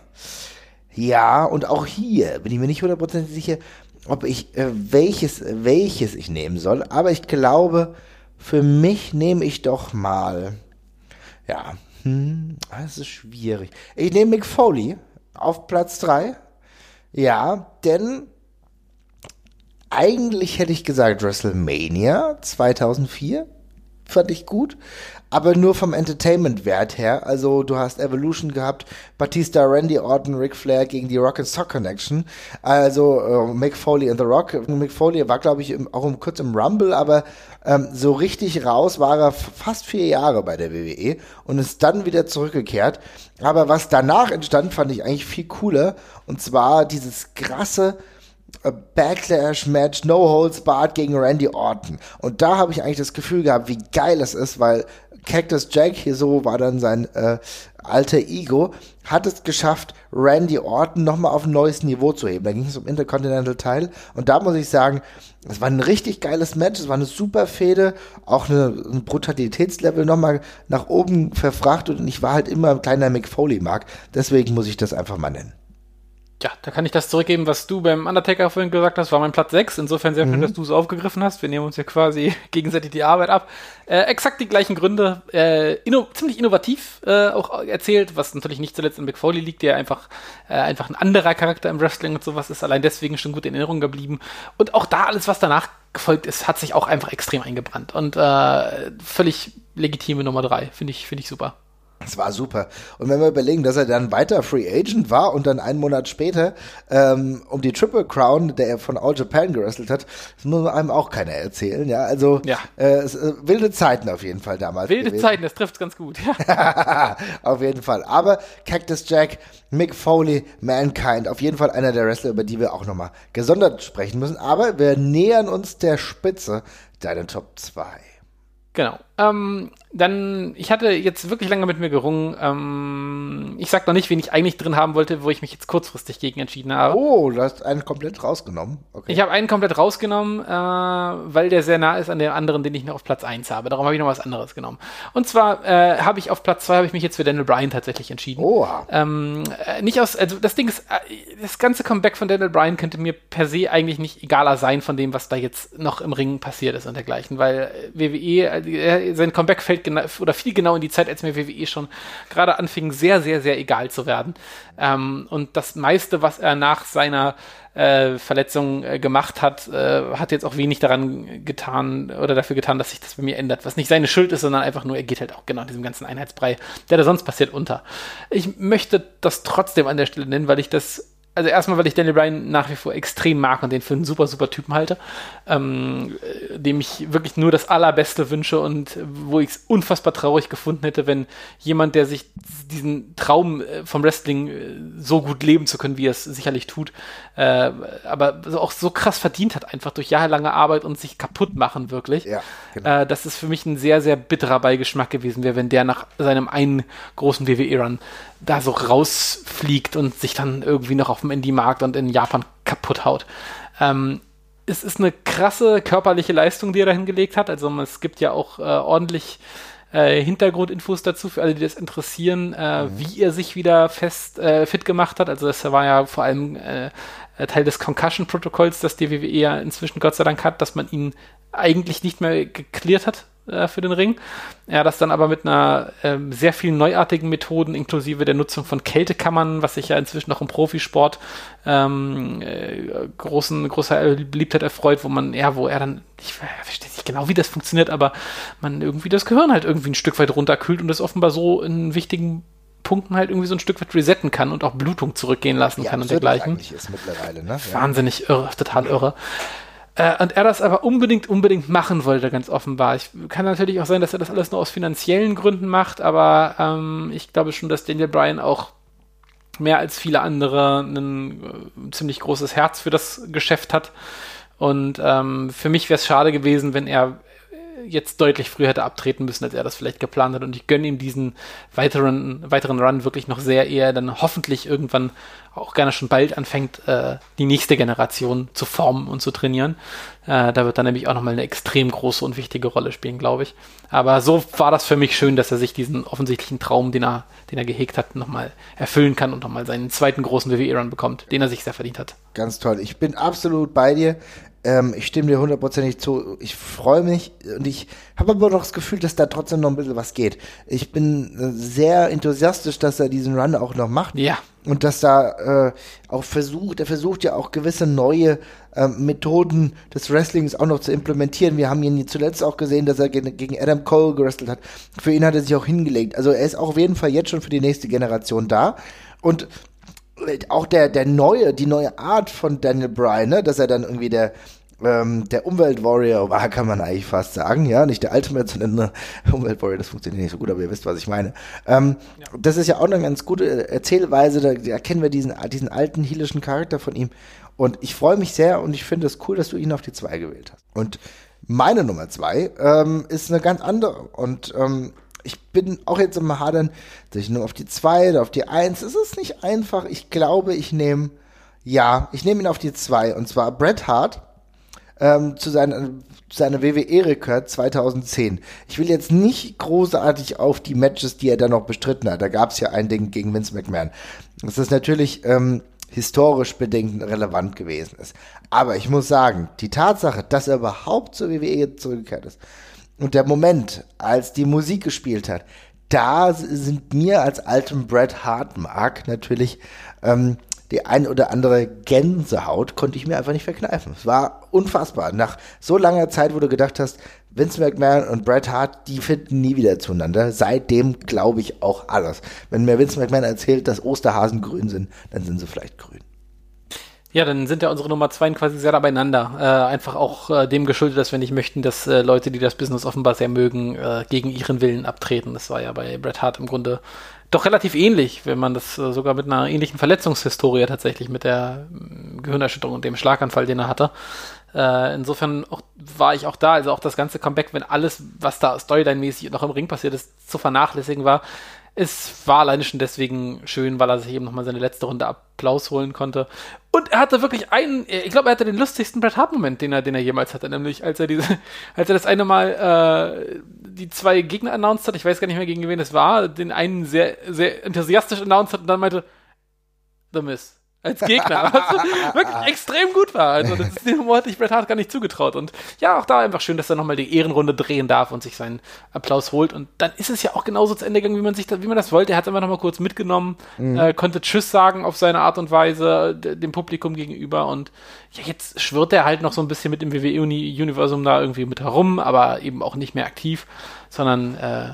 ja, und auch hier bin ich mir nicht hundertprozentig sicher, ob ich äh, welches, welches ich nehmen soll, aber ich glaube, für mich nehme ich doch mal, ja, hm, das ist schwierig. Ich nehme Mick Foley auf Platz drei. Ja, denn eigentlich hätte ich gesagt WrestleMania zweitausendvier, fand ich gut, aber nur vom Entertainment-Wert her. Also du hast Evolution gehabt, Batista, Randy Orton, Ric Flair gegen die Rock and Sock Connection. Also äh, Mick Foley and The Rock. Mick Foley war, glaube ich, im, auch im, kurz im Rumble, aber ähm, so richtig raus war er f- fast vier Jahre bei der W W E und ist dann wieder zurückgekehrt. Aber was danach entstand, fand ich eigentlich viel cooler. Und zwar dieses krasse Backlash-Match, No Holds Barred gegen Randy Orton. Und da habe ich eigentlich das Gefühl gehabt, wie geil es ist, weil Cactus Jack, hier so war dann sein äh, alter Ego, hat es geschafft, Randy Orton nochmal auf ein neues Niveau zu heben. Da ging es um Intercontinental Title und da muss ich sagen, es war ein richtig geiles Match, es war eine super Fehde, auch eine, ein Brutalitätslevel nochmal nach oben verfrachtet und ich war halt immer ein kleiner Mick Foley-Mark, deswegen muss ich das einfach mal nennen. Ja, da kann ich das zurückgeben, was du beim Undertaker vorhin gesagt hast, war mein Platz sechs. Insofern sehr schön, mhm. dass du es aufgegriffen hast. Wir nehmen uns ja quasi gegenseitig die Arbeit ab. Äh, exakt die gleichen Gründe, äh, inno- ziemlich innovativ äh, auch erzählt, was natürlich nicht zuletzt in Mick Foley liegt, der einfach äh, einfach ein anderer Charakter im Wrestling und sowas ist, allein deswegen schon gut in Erinnerung geblieben. Und auch da alles, was danach gefolgt ist, hat sich auch einfach extrem eingebrannt. Und äh, völlig legitime Nummer drei. Finde ich, finde ich super. Das war super. Und wenn wir überlegen, dass er dann weiter Free Agent war und dann einen Monat später ähm, um die Triple Crown, der er von All Japan gewrestelt hat, das muss einem auch keiner erzählen. Ja, also ja. Äh, äh, wilde Zeiten auf jeden Fall damals. Wilde gewesen. Zeiten, das trifft's ganz gut. Ja. Auf jeden Fall. Aber Cactus Jack, Mick Foley, Mankind, auf jeden Fall einer der Wrestler, über die wir auch nochmal gesondert sprechen müssen. Aber wir nähern uns der Spitze, deine Top zwei. Genau. Ähm, dann, ich hatte jetzt wirklich lange mit mir gerungen. Ähm, ich sag noch nicht, wen ich eigentlich drin haben wollte, wo ich mich jetzt kurzfristig gegen entschieden habe. Oh, du hast einen komplett rausgenommen. Okay. Ich habe einen komplett rausgenommen, äh, weil der sehr nah ist an dem anderen, den ich noch auf Platz eins habe. Darum habe ich noch was anderes genommen. Und zwar äh, habe ich auf Platz zwei habe ich mich jetzt für Daniel Bryan tatsächlich entschieden. Oh. Ähm, äh, nicht aus, also das Ding ist, äh, das ganze Comeback von Daniel Bryan könnte mir per se eigentlich nicht egaler sein von dem, was da jetzt noch im Ring passiert ist und dergleichen, weil W W E, äh, sein Comeback fällt genau, oder fiel genau in die Zeit, als mir W W E schon gerade anfing, sehr, sehr, sehr egal zu werden. Ähm, und das meiste, was er nach seiner äh, Verletzung äh, gemacht hat, äh, hat jetzt auch wenig daran getan oder dafür getan, dass sich das bei mir ändert. Was nicht seine Schuld ist, sondern einfach nur, er geht halt auch genau diesem ganzen Einheitsbrei, der da sonst passiert, unter. Ich möchte das trotzdem an der Stelle nennen, weil ich das Also erstmal, weil ich Daniel Bryan nach wie vor extrem mag und den für einen super, super Typen halte, ähm, dem ich wirklich nur das Allerbeste wünsche und wo ich es unfassbar traurig gefunden hätte, wenn jemand, der sich diesen Traum vom Wrestling so gut leben zu können, wie er es sicherlich tut, äh, aber so auch so krass verdient hat, einfach durch jahrelange Arbeit und sich kaputt machen, wirklich. Ja, genau. Äh, das ist für mich ein sehr, sehr bitterer Beigeschmack gewesen wäre, wenn der nach seinem einen großen W W E-Run da so rausfliegt und sich dann irgendwie noch auf dem Indie-Markt und in Japan kaputt haut. Ähm, es ist eine krasse körperliche Leistung, die er da hingelegt hat. Also es gibt ja auch äh, ordentlich äh, Hintergrundinfos dazu, für alle, die das interessieren, äh, mhm. wie er sich wieder fest äh, fit gemacht hat. Also das war ja vor allem äh, Teil des Concussion-Protokolls, das die W W E ja inzwischen Gott sei Dank hat, dass man ihn eigentlich nicht mehr geklärt hat für den Ring. Er hat das dann aber mit einer ähm, sehr vielen neuartigen Methoden inklusive der Nutzung von Kältekammern, was sich ja inzwischen auch im Profisport ähm, äh, großen, großer Beliebtheit erfreut, wo man, ja, wo er dann, ich verstehe nicht genau, wie das funktioniert, aber man irgendwie das Gehirn halt irgendwie ein Stück weit runterkühlt und das offenbar so in wichtigen Punkten halt irgendwie so ein Stück weit resetten kann und auch Blutung zurückgehen lassen ja, kann und dergleichen. Ist mittlerweile, ne? Wahnsinnig irre, total irre. Äh, und er das aber unbedingt, unbedingt machen wollte, ganz offenbar. Ich kann natürlich auch sein, dass er das alles nur aus finanziellen Gründen macht, aber ähm, ich glaube schon, dass Daniel Bryan auch mehr als viele andere ein äh, ziemlich großes Herz für das Geschäft hat. Und ähm, für mich wäre es schade gewesen, wenn er jetzt deutlich früher hätte abtreten müssen, als er das vielleicht geplant hat. Und ich gönne ihm diesen weiteren, weiteren Run wirklich noch sehr, ehe er dann hoffentlich irgendwann auch gerne schon bald anfängt, äh, die nächste Generation zu formen und zu trainieren. Äh, da wird dann nämlich auch nochmal eine extrem große und wichtige Rolle spielen, glaube ich. Aber so war das für mich schön, dass er sich diesen offensichtlichen Traum, den er, den er gehegt hat, nochmal erfüllen kann und nochmal seinen zweiten großen W W E-Run bekommt, den er sich sehr verdient hat. Ganz toll. Ich bin absolut bei dir. Ähm, ich stimme dir hundertprozentig zu. Ich freue mich und ich habe aber noch das Gefühl, dass da trotzdem noch ein bisschen was geht. Ich bin äh, sehr enthusiastisch, dass er diesen Run auch noch macht. Ja. Und dass da äh, auch versucht, er versucht ja auch gewisse neue äh, Methoden des Wrestlings auch noch zu implementieren. Wir haben ihn zuletzt auch gesehen, dass er ge- gegen Adam Cole gewrestelt hat. Für ihn hat er sich auch hingelegt. Also er ist auch auf jeden Fall jetzt schon für die nächste Generation da. Und auch der, der neue, die neue Art von Daniel Bryan, ne, dass er dann irgendwie der, ähm, der Umwelt-Warrior war, kann man eigentlich fast sagen, ja, nicht der Ultimate, sondern der Umwelt-Warrior, das funktioniert nicht so gut, aber ihr wisst, was ich meine. Ähm, ja. Das ist ja auch eine ganz gute Erzählweise, da, da erkennen wir diesen, diesen alten, heelischen Charakter von ihm und ich freue mich sehr und ich finde es cool, dass du ihn auf die zwei gewählt hast. Und meine Nummer zwei ähm, ist eine ganz andere und ähm, ich bin auch jetzt im Hadern, dass ich nur auf die zwei oder auf die eins. Es ist nicht einfach. Ich glaube, ich nehme, ja, ich nehme ihn auf die zwei. Und zwar Bret Hart ähm, zu seiner, seiner W W E-Rekord zweitausendzehn. Ich will jetzt nicht großartig auf die Matches, die er dann noch bestritten hat. Da gab es ja ein Ding gegen Vince McMahon. Das ist natürlich ähm, historisch bedingt relevant gewesen ist. Aber ich muss sagen, die Tatsache, dass er überhaupt zur W W E zurückgekehrt ist, und der Moment, als die Musik gespielt hat, da sind mir als altem Bret Hart Mark natürlich ähm, die ein oder andere Gänsehaut, konnte ich mir einfach nicht verkneifen. Es war unfassbar. Nach so langer Zeit, wo du gedacht hast, Vince McMahon und Bret Hart, die finden nie wieder zueinander. Seitdem glaube ich auch alles. Wenn mir Vince McMahon erzählt, dass Osterhasen grün sind, dann sind sie vielleicht grün. Ja, dann sind ja unsere Nummer zwei quasi sehr da beieinander. Äh, einfach auch äh, dem geschuldet, dass wir nicht möchten, dass äh, Leute, die das Business offenbar sehr mögen, äh, gegen ihren Willen abtreten. Das war ja bei Bret Hart im Grunde doch relativ ähnlich, wenn man das äh, sogar mit einer ähnlichen Verletzungshistorie tatsächlich mit der äh, Gehirnerschütterung und dem Schlaganfall, den er hatte. Äh, insofern auch, war ich auch da, also auch das ganze Comeback, wenn alles, was da storyline-mäßig noch im Ring passiert ist, zu vernachlässigen war, es war alleine schon deswegen schön, weil er sich eben nochmal seine letzte Runde Applaus holen konnte. Und er hatte wirklich einen, ich glaube, er hatte den lustigsten Bret Hart-Moment, den er, den er jemals hatte, nämlich als er diese, als er das eine Mal äh, die zwei Gegner announced hat, ich weiß gar nicht mehr, gegen wen es war, den einen sehr, sehr enthusiastisch announced hat und dann meinte, The Miz. Als Gegner, was wirklich extrem gut war. Also das ist, den Humor hatte ich Bret Hart gar nicht zugetraut. Und ja, auch da einfach schön, dass er nochmal die Ehrenrunde drehen darf und sich seinen Applaus holt. Und dann ist es ja auch genauso zu Ende gegangen, wie man sich da, wie man das wollte. Er hat es einfach nochmal kurz mitgenommen, mhm. äh, konnte Tschüss sagen auf seine Art und Weise d- dem Publikum gegenüber. Und ja, jetzt schwirrt er halt noch so ein bisschen mit dem W W E-Universum da irgendwie mit herum, aber eben auch nicht mehr aktiv, sondern äh,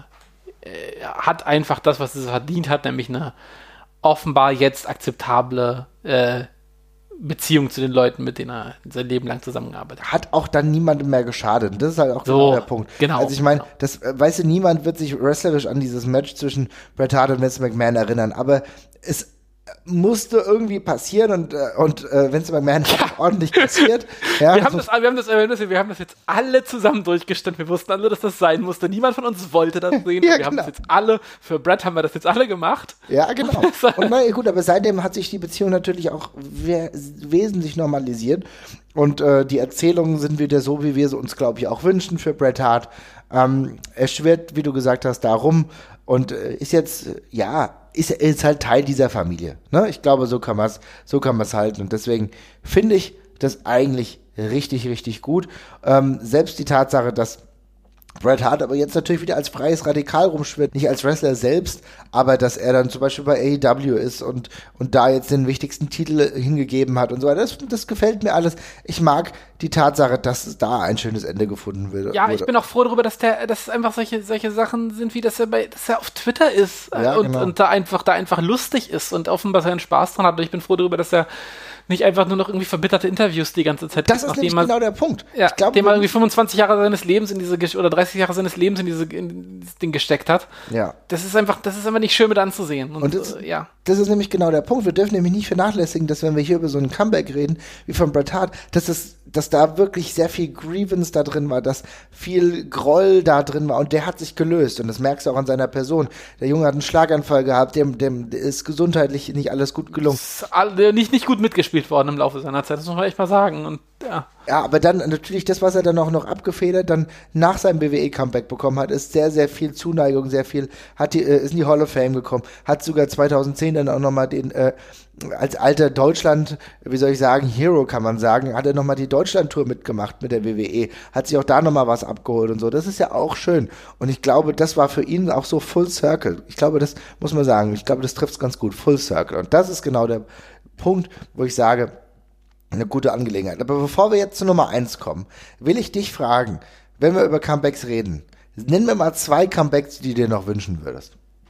er hat einfach das, was es verdient hat, nämlich eine offenbar jetzt akzeptable äh, Beziehung zu den Leuten, mit denen er sein Leben lang zusammengearbeitet hat. Hat auch dann niemandem mehr geschadet. Und das ist halt auch so, genau der Punkt. Genau. Also ich meine, genau. das, äh, weißt du, niemand wird sich wrestlerisch an dieses Match zwischen Bret Hart und Vince McMahon erinnern, aber es musste irgendwie passieren und, äh, und äh, Vince McMahon hat ja. ordentlich kassiert. Ja, wir, also, haben das, wir, haben das, wir haben das jetzt alle zusammen durchgestanden. Wir wussten alle, dass das sein musste. Niemand von uns wollte das sehen. ja, wir genau. haben das jetzt alle, für Bret haben wir das jetzt alle gemacht. Ja, genau. Und na gut, aber seitdem hat sich die Beziehung natürlich auch we- wesentlich normalisiert. Und äh, die Erzählungen sind wieder so, wie wir sie uns, glaube ich, auch wünschen für Bret Hart. Ähm, er schwirrt, wie du gesagt hast, darum und äh, ist jetzt, äh, ja, ist, ist halt Teil dieser Familie. Ne? Ich glaube, so kann man es so kann man es halten. Und deswegen finde ich das eigentlich richtig, richtig gut. Ähm, selbst die Tatsache, dass Bret Hart aber jetzt natürlich wieder als freies Radikal rumschwirrt, nicht als Wrestler selbst, aber dass er dann zum Beispiel bei A E W ist und, und da jetzt den wichtigsten Titel hingegeben hat und so weiter. Das, das gefällt mir alles. Ich mag die Tatsache, dass da ein schönes Ende gefunden wird. Ja, ich bin auch froh darüber, dass der, dass es einfach solche, solche Sachen sind, wie dass er bei, dass er auf Twitter ist ja, und, genau. und da einfach, da einfach lustig ist und offenbar seinen Spaß dran hat. Und ich bin froh darüber, dass er nicht einfach nur noch irgendwie verbitterte Interviews die ganze Zeit Das ist nämlich er, genau der Punkt. Ja, ich glaub, dem er irgendwie fünfundzwanzig Jahre seines Lebens in diese oder dreißig Jahre seines Lebens in diese in dieses Ding gesteckt hat. Ja. Das ist einfach, das ist einfach nicht schön mit anzusehen. Und, Und das, äh, ja. das ist nämlich genau der Punkt. Wir dürfen nämlich nicht vernachlässigen, dass wenn wir hier über so ein Comeback reden, wie von Bret Hart, dass es dass da wirklich sehr viel Grievance da drin war, dass viel Groll da drin war und der hat sich gelöst und das merkst du auch an seiner Person. Der Junge hat einen Schlaganfall gehabt, dem, dem ist gesundheitlich nicht alles gut gelungen. Ist alle, nicht, nicht gut mitgespielt worden im Laufe seiner Zeit, das muss man echt mal sagen. Und ja. Ja, aber dann natürlich das, was er dann auch noch abgefedert, dann nach seinem B W E-Comeback bekommen hat, ist sehr, sehr viel Zuneigung, sehr viel, hat die, äh, ist in die Hall of Fame gekommen, hat sogar zweitausendzehn dann auch nochmal den, äh, als alter Deutschland, wie soll ich sagen, Hero kann man sagen, hat er nochmal die Deutschland-Tour mitgemacht mit der W W E, hat sich auch da nochmal was abgeholt und so, das ist ja auch schön und ich glaube, das war für ihn auch so Full Circle, ich glaube, das muss man sagen, ich glaube, das trifft es ganz gut, Full Circle und das ist genau der Punkt, wo ich sage, eine gute Angelegenheit. Aber bevor wir jetzt zu Nummer eins kommen, will ich dich fragen, wenn wir über Comebacks reden, nenn mir mal zwei Comebacks, die du dir noch wünschen würdest.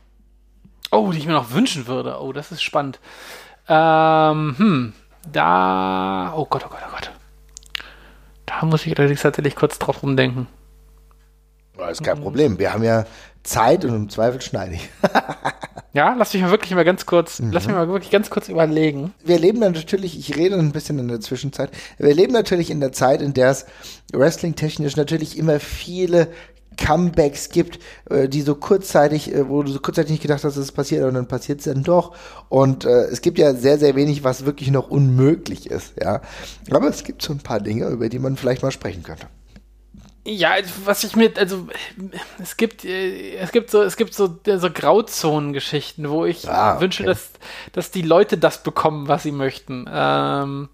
Oh, die ich mir noch wünschen würde. Oh, das ist spannend. Ähm, hm, da, oh Gott, oh Gott, oh Gott. Da muss ich allerdings tatsächlich kurz drauf rumdenken. Das ist kein Problem. Wir haben ja Zeit und im Zweifel schneide ich. Ja, lass mich mal wirklich mal ganz kurz, mhm. lass mich mal wirklich ganz kurz überlegen. Wir leben dann natürlich, ich rede ein bisschen in der Zwischenzeit, wir leben natürlich in der Zeit, in der es wrestling-technisch natürlich immer viele Comebacks gibt, die so kurzzeitig, wo du so kurzzeitig nicht gedacht hast, dass es passiert, und dann passiert es dann doch. Und äh, es gibt ja sehr, sehr wenig, was wirklich noch unmöglich ist, ja. Aber es gibt so ein paar Dinge, über die man vielleicht mal sprechen könnte. Ja, was ich mit, also es gibt, es gibt so, es gibt so, so Grauzonen-Geschichten, wo ich ah, okay. wünsche, dass, dass die Leute das bekommen, was sie möchten. Ähm,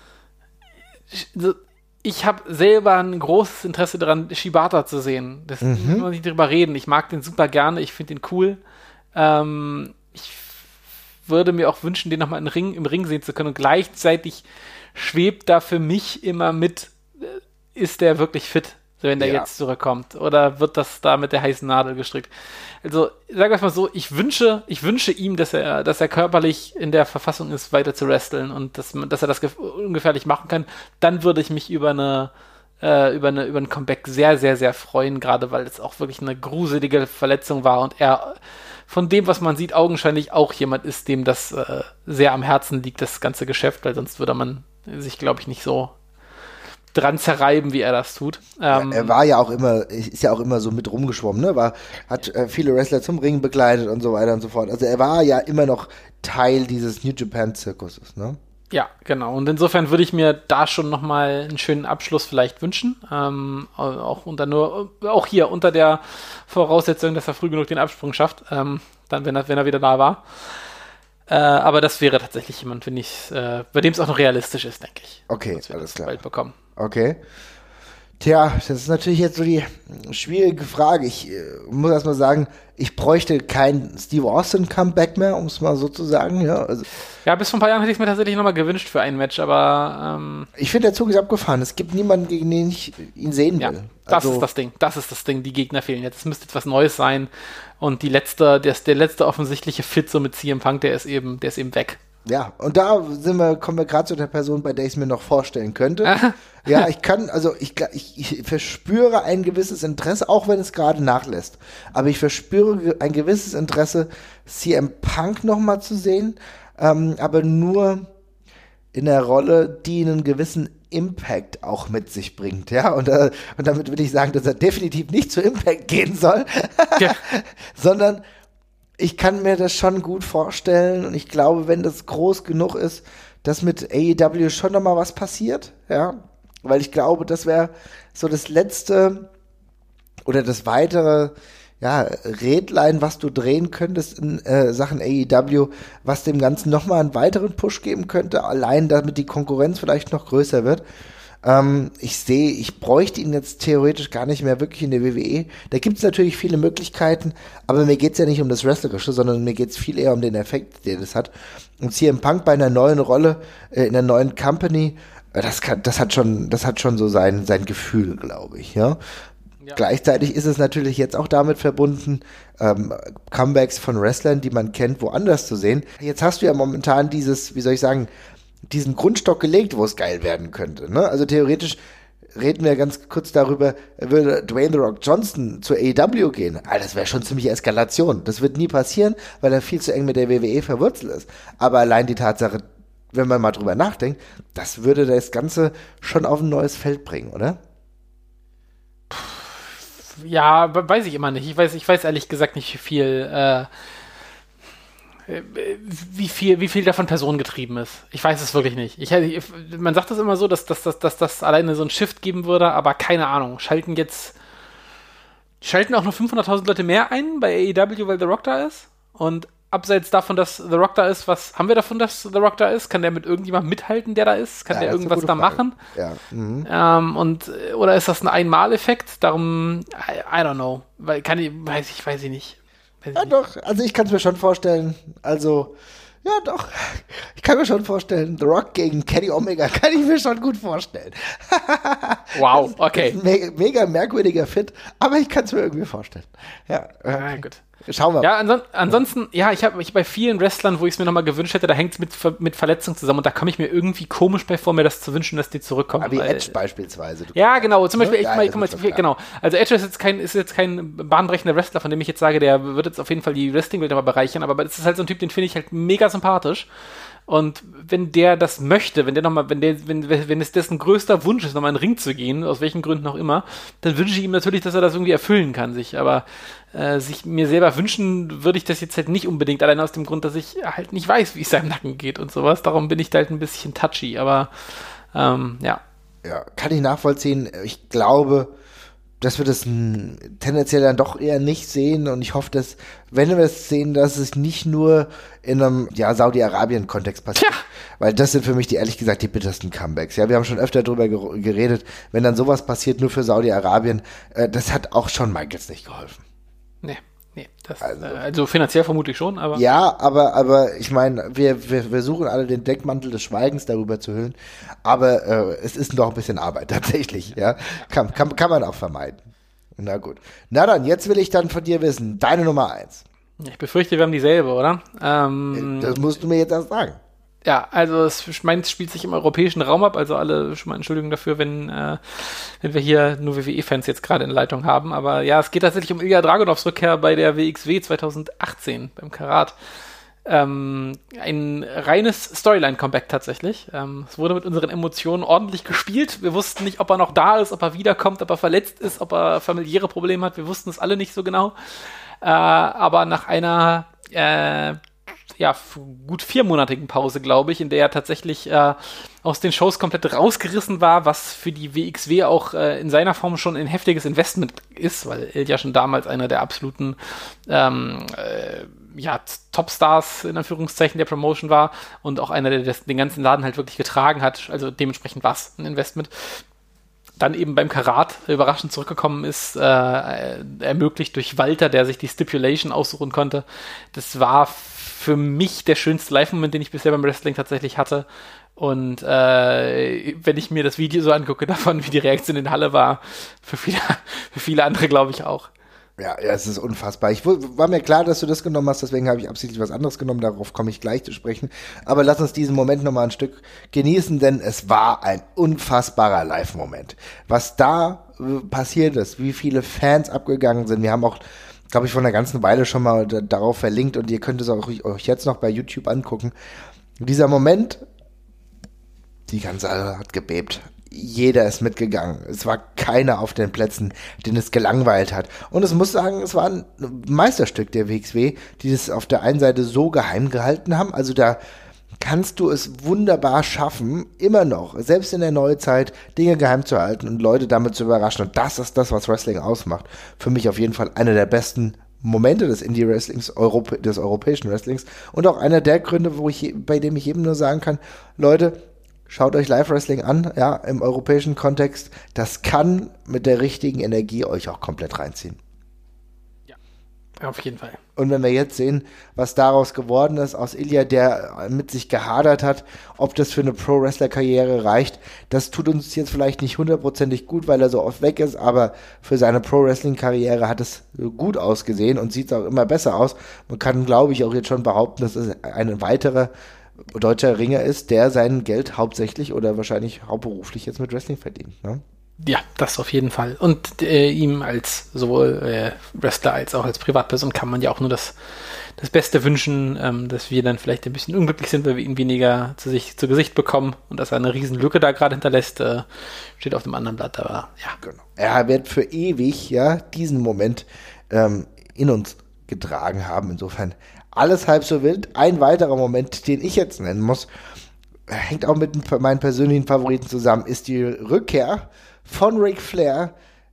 ich habe selber ein großes Interesse daran, Shibata zu sehen. Das mhm. muss man nicht drüber reden. Ich mag den super gerne, ich finde den cool. Ähm, ich würde mir auch wünschen, den nochmal im Ring, im Ring sehen zu können. Und gleichzeitig schwebt da für mich immer mit, ist der wirklich fit? Wenn der ja. jetzt zurückkommt. Oder wird das da mit der heißen Nadel gestrickt? Also, sagen wir es mal so, ich wünsche, ich wünsche ihm, dass er, dass er körperlich in der Verfassung ist, weiter zu wresteln und dass, dass er das gef- ungefährlich machen kann. Dann würde ich mich über eine, äh, über eine, über ein Comeback sehr, sehr, sehr freuen, gerade weil es auch wirklich eine gruselige Verletzung war und er von dem, was man sieht, augenscheinlich auch jemand ist, dem das äh, sehr am Herzen liegt, das ganze Geschäft, weil sonst würde man sich, glaube ich, nicht so dran zerreiben, wie er das tut. Ähm, ja, er war ja auch immer, ist ja auch immer so mit rumgeschwommen, ne? War, hat äh, viele Wrestler zum Ring begleitet und so weiter und so fort. Also er war ja immer noch Teil dieses New Japan Zirkuses, ne? Ja, genau. Und insofern würde ich mir da schon nochmal einen schönen Abschluss vielleicht wünschen. Ähm, auch unter nur, auch hier unter der Voraussetzung, dass er früh genug den Absprung schafft, ähm, dann, wenn er, wenn er wieder da war. Äh, aber das wäre tatsächlich jemand, finde ich, äh, bei dem es auch noch realistisch ist, denke ich. Okay, dass wir alles das klar. bald bekommen. Okay. Tja, das ist natürlich jetzt so die schwierige Frage. Ich äh, muss erst mal sagen, ich bräuchte kein Steve Austin Comeback mehr, um es mal so zu sagen. Ja, also, ja, bis vor ein paar Jahren hätte ich es mir tatsächlich nochmal gewünscht für ein Match, aber ähm, ich finde, der Zug ist abgefahren. Es gibt niemanden, gegen den ich ihn sehen ja, will. das Also, ist das Ding. Das ist das Ding. Die Gegner fehlen jetzt. Es müsste jetzt was Neues sein. Und die letzte, der, der letzte offensichtliche Fit so mit C M Punk, der ist eben, der ist eben weg. Ja, und da sind wir, kommen wir gerade zu der Person, bei der ich es mir noch vorstellen könnte. Ja, ich kann, also ich, ich, ich verspüre ein gewisses Interesse, auch wenn es gerade nachlässt. Aber ich verspüre ein gewisses Interesse, C M Punk nochmal zu sehen, ähm, aber nur in der Rolle, die einen gewissen Impact auch mit sich bringt, ja, und, äh, und damit will ich sagen, dass er definitiv nicht zu Impact gehen soll, ja. sondern ich kann mir das schon gut vorstellen und ich glaube, wenn das groß genug ist, dass mit A E W schon nochmal was passiert, ja, weil ich glaube, das wäre so das letzte oder das weitere, ja, Rädlein, was du drehen könntest in äh, Sachen A E W, was dem Ganzen nochmal einen weiteren Push geben könnte, allein damit die Konkurrenz vielleicht noch größer wird. Ähm, ich sehe, ich bräuchte ihn jetzt theoretisch gar nicht mehr wirklich in der W W E. Da gibt es natürlich viele Möglichkeiten, aber mir geht's ja nicht um das Wrestlerische, sondern mir geht's viel eher um den Effekt, den das hat. Und C M Punk bei einer neuen Rolle, äh, in einer neuen Company, äh, das kann, das hat schon, das hat schon so sein, sein Gefühl, glaube ich, ja. Ja. Gleichzeitig ist es natürlich jetzt auch damit verbunden, ähm, Comebacks von Wrestlern, die man kennt, woanders zu sehen. Jetzt hast du ja momentan dieses, wie soll ich sagen, diesen Grundstock gelegt, wo es geil werden könnte. Ne? Also theoretisch reden wir ganz kurz darüber, würde Dwayne The Rock Johnson zu A E W gehen. Ah, das wäre schon ziemlich Eskalation. Das wird nie passieren, weil er viel zu eng mit der W W E verwurzelt ist. Aber allein die Tatsache, wenn man mal drüber nachdenkt, das würde das Ganze schon auf ein neues Feld bringen, oder? Ja, weiß ich immer nicht. Ich weiß, ich weiß ehrlich gesagt nicht, wie viel äh, wie viel, wie viel davon personengetrieben ist. Ich weiß es wirklich nicht. Ich, ich, man sagt das immer so, dass, dass, dass, dass das alleine so einen Shift geben würde, aber keine Ahnung. Schalten jetzt, schalten auch nur fünfhunderttausend Leute mehr ein bei A E W, weil The Rock da ist? Und abseits davon, dass The Rock da ist, was haben wir davon, dass The Rock da ist? Kann der mit irgendjemandem mithalten, der da ist? Kann ja, der irgendwas da Frage. machen? Ja. Mhm. Ähm, und, oder ist das ein Einmaleffekt? Darum, I, I don't know. Weil, kann ich, weiß ich, weiß ich nicht. Ja, doch, also ich kann es mir schon vorstellen, also, ja doch, ich kann mir schon vorstellen, The Rock gegen Kenny Omega kann ich mir schon gut vorstellen. Wow, okay. Das ist ein mega, mega merkwürdiger Fit, aber ich kann es mir irgendwie vorstellen. Ja, ja gut. Schauen wir mal. Ja, anson- ansonsten, ja, ich habe ich bei vielen Wrestlern, wo ich es mir nochmal gewünscht hätte, da hängt es mit, mit Verletzungen zusammen und da komme ich mir irgendwie komisch bei vor, mir das zu wünschen, dass die zurückkommen. Aber wie weil, Edge beispielsweise. Ja, genau, zum Beispiel, ja, ich, mal, guck mal, genau. Also Edge ist jetzt kein, ist jetzt kein bahnbrechender Wrestler, von dem ich jetzt sage, der wird jetzt auf jeden Fall die Wrestling-Welt nochmal bereichern, aber das ist halt so ein Typ, den finde ich halt mega sympathisch. Und wenn der das möchte, wenn der nochmal, wenn der, wenn, wenn es dessen größter Wunsch ist, nochmal in den Ring zu gehen, aus welchen Gründen auch immer, dann wünsche ich ihm natürlich, dass er das irgendwie erfüllen kann, sich. Aber äh, sich mir selber wünschen, würde ich das jetzt halt nicht unbedingt, allein aus dem Grund, dass ich halt nicht weiß, wie es seinem Nacken geht und sowas. Darum bin ich da halt ein bisschen touchy, aber ähm, ja. Ja, kann ich nachvollziehen. Ich glaube, dass wir das tendenziell dann doch eher nicht sehen und ich hoffe, dass, wenn wir es sehen, dass es nicht nur in einem, ja, Saudi-Arabien-Kontext passiert. Ja. Weil das sind für mich die, ehrlich gesagt, die bittersten Comebacks. Ja, wir haben schon öfter drüber ger- geredet, wenn dann sowas passiert, nur für Saudi-Arabien, äh, das hat auch schon Michaels nicht geholfen. Nee. Nee, das, also, äh, also finanziell vermutlich schon, aber... Ja, aber, aber ich meine, wir, wir versuchen alle den Deckmantel des Schweigens darüber zu hüllen, aber äh, es ist doch ein bisschen Arbeit tatsächlich, ja. Kann, kann, kann man auch vermeiden. Na gut. Na dann, jetzt will ich dann von dir wissen, deine Nummer eins. Ich befürchte, wir haben dieselbe, oder? Ähm, das musst du mir jetzt erst sagen. Ja, also es, meins spielt sich im europäischen Raum ab, also alle schon mal Entschuldigung dafür, wenn, äh, wenn wir hier nur W W E-Fans jetzt gerade in Leitung haben, aber ja, es geht tatsächlich um Ilja Dragunovs Rückkehr bei der W X W zwanzig achtzehn beim Karat. ähm, ein reines Storyline-Comeback tatsächlich. Ähm, es wurde mit unseren Emotionen ordentlich gespielt. Wir wussten nicht, ob er noch da ist, ob er wiederkommt, ob er verletzt ist, ob er familiäre Probleme hat. Wir wussten es alle nicht so genau. Äh, aber nach einer äh, ja, gut viermonatigen Pause, glaube ich, in der er tatsächlich äh, aus den Shows komplett rausgerissen war, was für die W X W auch äh, in seiner Form schon ein heftiges Investment ist, weil er ja schon damals einer der absoluten ähm, äh, ja, Topstars in Anführungszeichen der Promotion war und auch einer, der das, den ganzen Laden halt wirklich getragen hat, also dementsprechend war es ein Investment. Dann eben beim Karat überraschend zurückgekommen ist, äh, ermöglicht durch Walter, der sich die Stipulation aussuchen konnte. Das war für mich der schönste Live-Moment, den ich bisher beim Wrestling tatsächlich hatte. Und äh, wenn ich mir das Video so angucke davon, wie die Reaktion in der Halle war, für viele, für viele andere glaube ich auch. Ja, ja, es ist unfassbar. Ich war mir klar, dass du das genommen hast, deswegen habe ich absichtlich was anderes genommen, darauf komme ich gleich zu sprechen. Aber lass uns diesen Moment nochmal ein Stück genießen, denn es war ein unfassbarer Live-Moment. Was da äh, passiert ist, wie viele Fans abgegangen sind. Wir haben auch, glaube ich, vor einer ganzen Weile schon mal d- darauf verlinkt und ihr könnt es auch euch jetzt noch bei YouTube angucken. Dieser Moment, die ganze Halle hat gebebt. Jeder ist mitgegangen. Es war keiner auf den Plätzen, den es gelangweilt hat. Und es muss sagen, es war ein Meisterstück der W X W, die das auf der einen Seite so geheim gehalten haben. Also da kannst du es wunderbar schaffen, immer noch, selbst in der Neuzeit, Dinge geheim zu halten und Leute damit zu überraschen. Und das ist das, was Wrestling ausmacht. Für mich auf jeden Fall einer der besten Momente des Indie-Wrestlings, Europä- des europäischen Wrestlings und auch einer der Gründe, wo ich, bei dem ich eben nur sagen kann, Leute, schaut euch Live-Wrestling an, ja, im europäischen Kontext. Das kann mit der richtigen Energie euch auch komplett reinziehen. Ja, auf jeden Fall. Und wenn wir jetzt sehen, was daraus geworden ist, aus Ilja, der mit sich gehadert hat, ob das für eine Pro-Wrestler-Karriere reicht, das tut uns jetzt vielleicht nicht hundertprozentig gut, weil er so oft weg ist, aber für seine Pro-Wrestling-Karriere hat es gut ausgesehen und sieht auch immer besser aus. Man kann, glaube ich, auch jetzt schon behaupten, dass es eine weitere deutscher Ringer ist, der sein Geld hauptsächlich oder wahrscheinlich hauptberuflich jetzt mit Wrestling verdient. Ne? Ja, das auf jeden Fall. Und äh, ihm als sowohl äh, Wrestler als auch als Privatperson kann man ja auch nur das, das Beste wünschen, ähm, dass wir dann vielleicht ein bisschen unglücklich sind, weil wir ihn weniger zu sich zu Gesicht bekommen und dass er eine riesen Lücke da gerade hinterlässt, äh, steht auf dem anderen Blatt. Aber ja. Genau. Er wird für ewig ja diesen Moment ähm, in uns getragen haben. Insofern alles halb so wild. Ein weiterer Moment, den ich jetzt nennen muss, hängt auch mit meinen persönlichen Favoriten zusammen, ist die Rückkehr von Ric Flair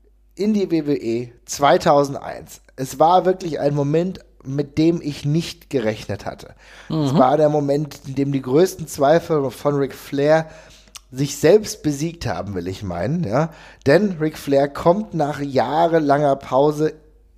in die W W E zweitausendeins. Es war wirklich ein Moment, mit dem ich nicht gerechnet hatte. Mhm. Es war der Moment, in dem die größten Zweifel von Ric Flair sich selbst besiegt haben, will ich meinen. Ja? Denn Ric Flair kommt nach jahrelanger Pause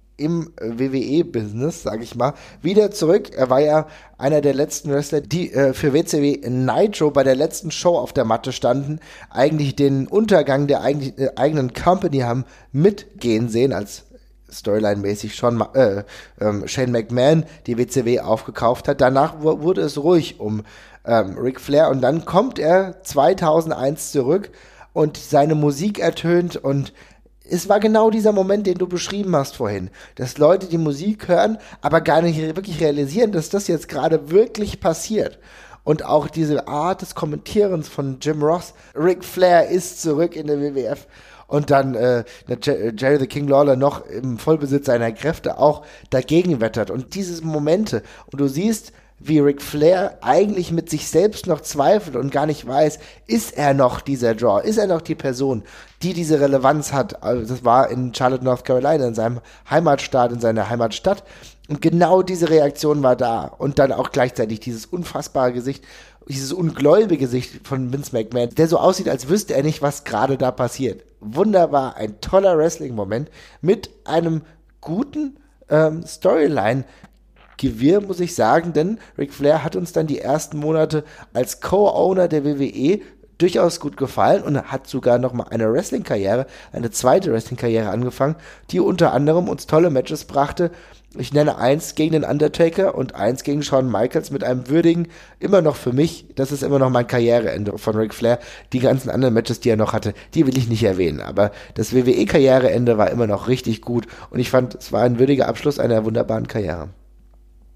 im W W E-Business, sag ich mal, wieder zurück. Er war ja einer der letzten Wrestler, die äh, für W C W Nitro bei der letzten Show auf der Matte standen, eigentlich den Untergang der eigentlich, äh, eigenen Company haben mitgehen sehen, als Storyline-mäßig schon äh, ähm, Shane McMahon die W C W aufgekauft hat. Danach w- wurde es ruhig um ähm, Ric Flair und dann kommt er zweitausendeins zurück und seine Musik ertönt und es war genau dieser Moment, den du beschrieben hast vorhin, dass Leute die Musik hören, aber gar nicht wirklich realisieren, dass das jetzt gerade wirklich passiert. Und auch diese Art des Kommentierens von Jim Ross, Ric Flair ist zurück in der W W F und dann äh, Jerry the King Lawler noch im Vollbesitz seiner Kräfte auch dagegen wettert. Und diese Momente, und du siehst, wie Ric Flair eigentlich mit sich selbst noch zweifelt und gar nicht weiß, ist er noch dieser Draw, ist er noch die Person, die diese Relevanz hat. Also das war in Charlotte, North Carolina, in seinem Heimatstaat, in seiner Heimatstadt. Und genau diese Reaktion war da. Und dann auch gleichzeitig dieses unfassbare Gesicht, dieses ungläubige Gesicht von Vince McMahon, der so aussieht, als wüsste er nicht, was gerade da passiert. Wunderbar, ein toller Wrestling-Moment mit einem guten ähm, Storyline, Gewirr, muss ich sagen, denn Ric Flair hat uns dann die ersten Monate als Co-Owner der W W E durchaus gut gefallen und hat sogar noch mal eine Wrestling-Karriere, eine zweite Wrestling-Karriere angefangen, die unter anderem uns tolle Matches brachte. Ich nenne eins gegen den Undertaker und eins gegen Shawn Michaels mit einem würdigen, immer noch für mich, das ist immer noch mein Karriereende von Ric Flair. Die ganzen anderen Matches, die er noch hatte, die will ich nicht erwähnen, aber das W W E-Karriereende war immer noch richtig gut und ich fand, es war ein würdiger Abschluss einer wunderbaren Karriere.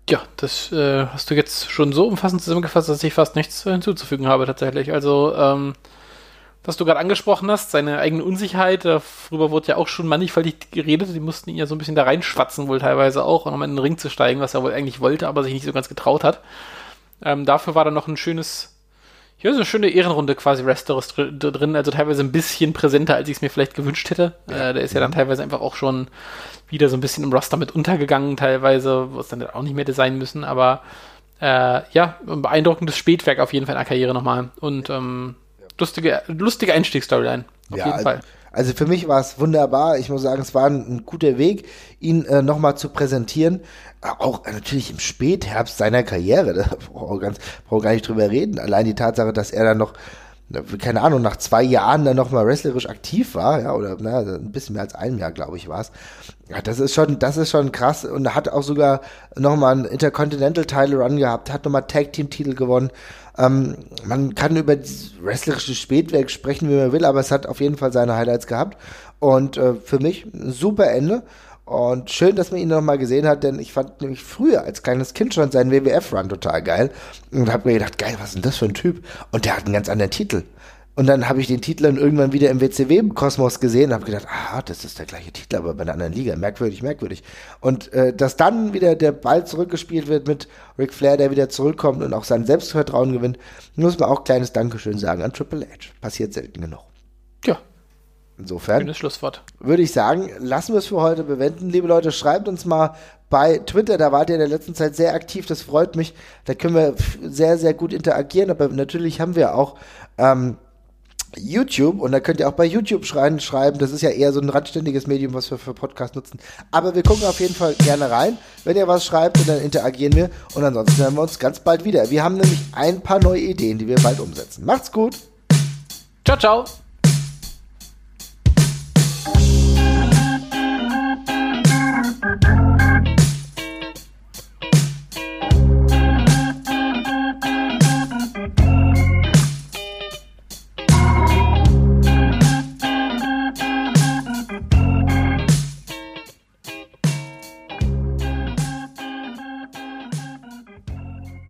Ja, das äh, hast du jetzt schon so umfassend zusammengefasst, dass ich fast nichts hinzuzufügen habe tatsächlich. Also, ähm, was du gerade angesprochen hast, seine eigene Unsicherheit, darüber wurde ja auch schon mannigfaltig geredet, die mussten ihn ja so ein bisschen da reinschwatzen wohl teilweise auch, um in den Ring zu steigen, was er wohl eigentlich wollte, aber sich nicht so ganz getraut hat. Ähm, dafür war da noch ein schönes, ja, so eine schöne Ehrenrunde quasi Wresteros dr- drin, also teilweise ein bisschen präsenter, als ich es mir vielleicht gewünscht hätte. Ja. Äh, der ist ja dann teilweise einfach auch schon wieder so ein bisschen im Roster mit untergegangen teilweise, wo es dann auch nicht mehr hätte sein müssen, aber äh, ja, ein beeindruckendes Spätwerk auf jeden Fall in der Karriere nochmal und ähm, Lustige, lustige Einstiegsstoryline, auf ja, jeden Fall. Also für mich war es wunderbar. Ich muss sagen, es war ein, ein guter Weg, ihn äh, nochmal zu präsentieren. Auch äh, natürlich im Spätherbst seiner Karriere. Da brauchen wir ganz, brauchen wir gar nicht drüber reden. Allein die Tatsache, dass er dann noch, keine Ahnung, nach zwei Jahren dann nochmal wrestlerisch aktiv war, ja, oder na, ein bisschen mehr als ein Jahr, glaube ich, war es. Ja, das ist schon, das ist schon krass. Und hat auch sogar nochmal einen Intercontinental-Title-Run gehabt, hat nochmal Tag-Team-Titel gewonnen. Ähm, man kann über dieses wrestlerische Spätwerk sprechen, wie man will, aber es hat auf jeden Fall seine Highlights gehabt. Und äh, für mich ein super Ende. Und schön, dass man ihn noch mal gesehen hat, denn ich fand nämlich früher als kleines Kind schon seinen W W F-Run total geil. Und habe mir gedacht, geil, was ist denn das für ein Typ? Und der hat einen ganz anderen Titel. Und dann habe ich den Titel dann irgendwann wieder im W C W-Kosmos gesehen und habe gedacht, ah, das ist der gleiche Titel, aber bei einer anderen Liga. Merkwürdig, merkwürdig. Und äh, dass dann wieder der Ball zurückgespielt wird mit Ric Flair, der wieder zurückkommt und auch sein Selbstvertrauen gewinnt, muss man auch kleines Dankeschön sagen an Triple H. Passiert selten genug. Ja. Insofern schönes Schlusswort. Würde ich sagen, lassen wir es für heute bewenden. Liebe Leute, schreibt uns mal bei Twitter, da wart ihr in der letzten Zeit sehr aktiv, das freut mich. Da können wir sehr, sehr gut interagieren, aber natürlich haben wir auch ähm, YouTube und da könnt ihr auch bei YouTube schreiben, schreiben. Das ist ja eher so ein randständiges Medium, was wir für Podcast nutzen. Aber wir gucken auf jeden Fall gerne rein, wenn ihr was schreibt und dann interagieren wir. Und ansonsten hören wir uns ganz bald wieder. Wir haben nämlich ein paar neue Ideen, die wir bald umsetzen. Macht's gut. Ciao, ciao.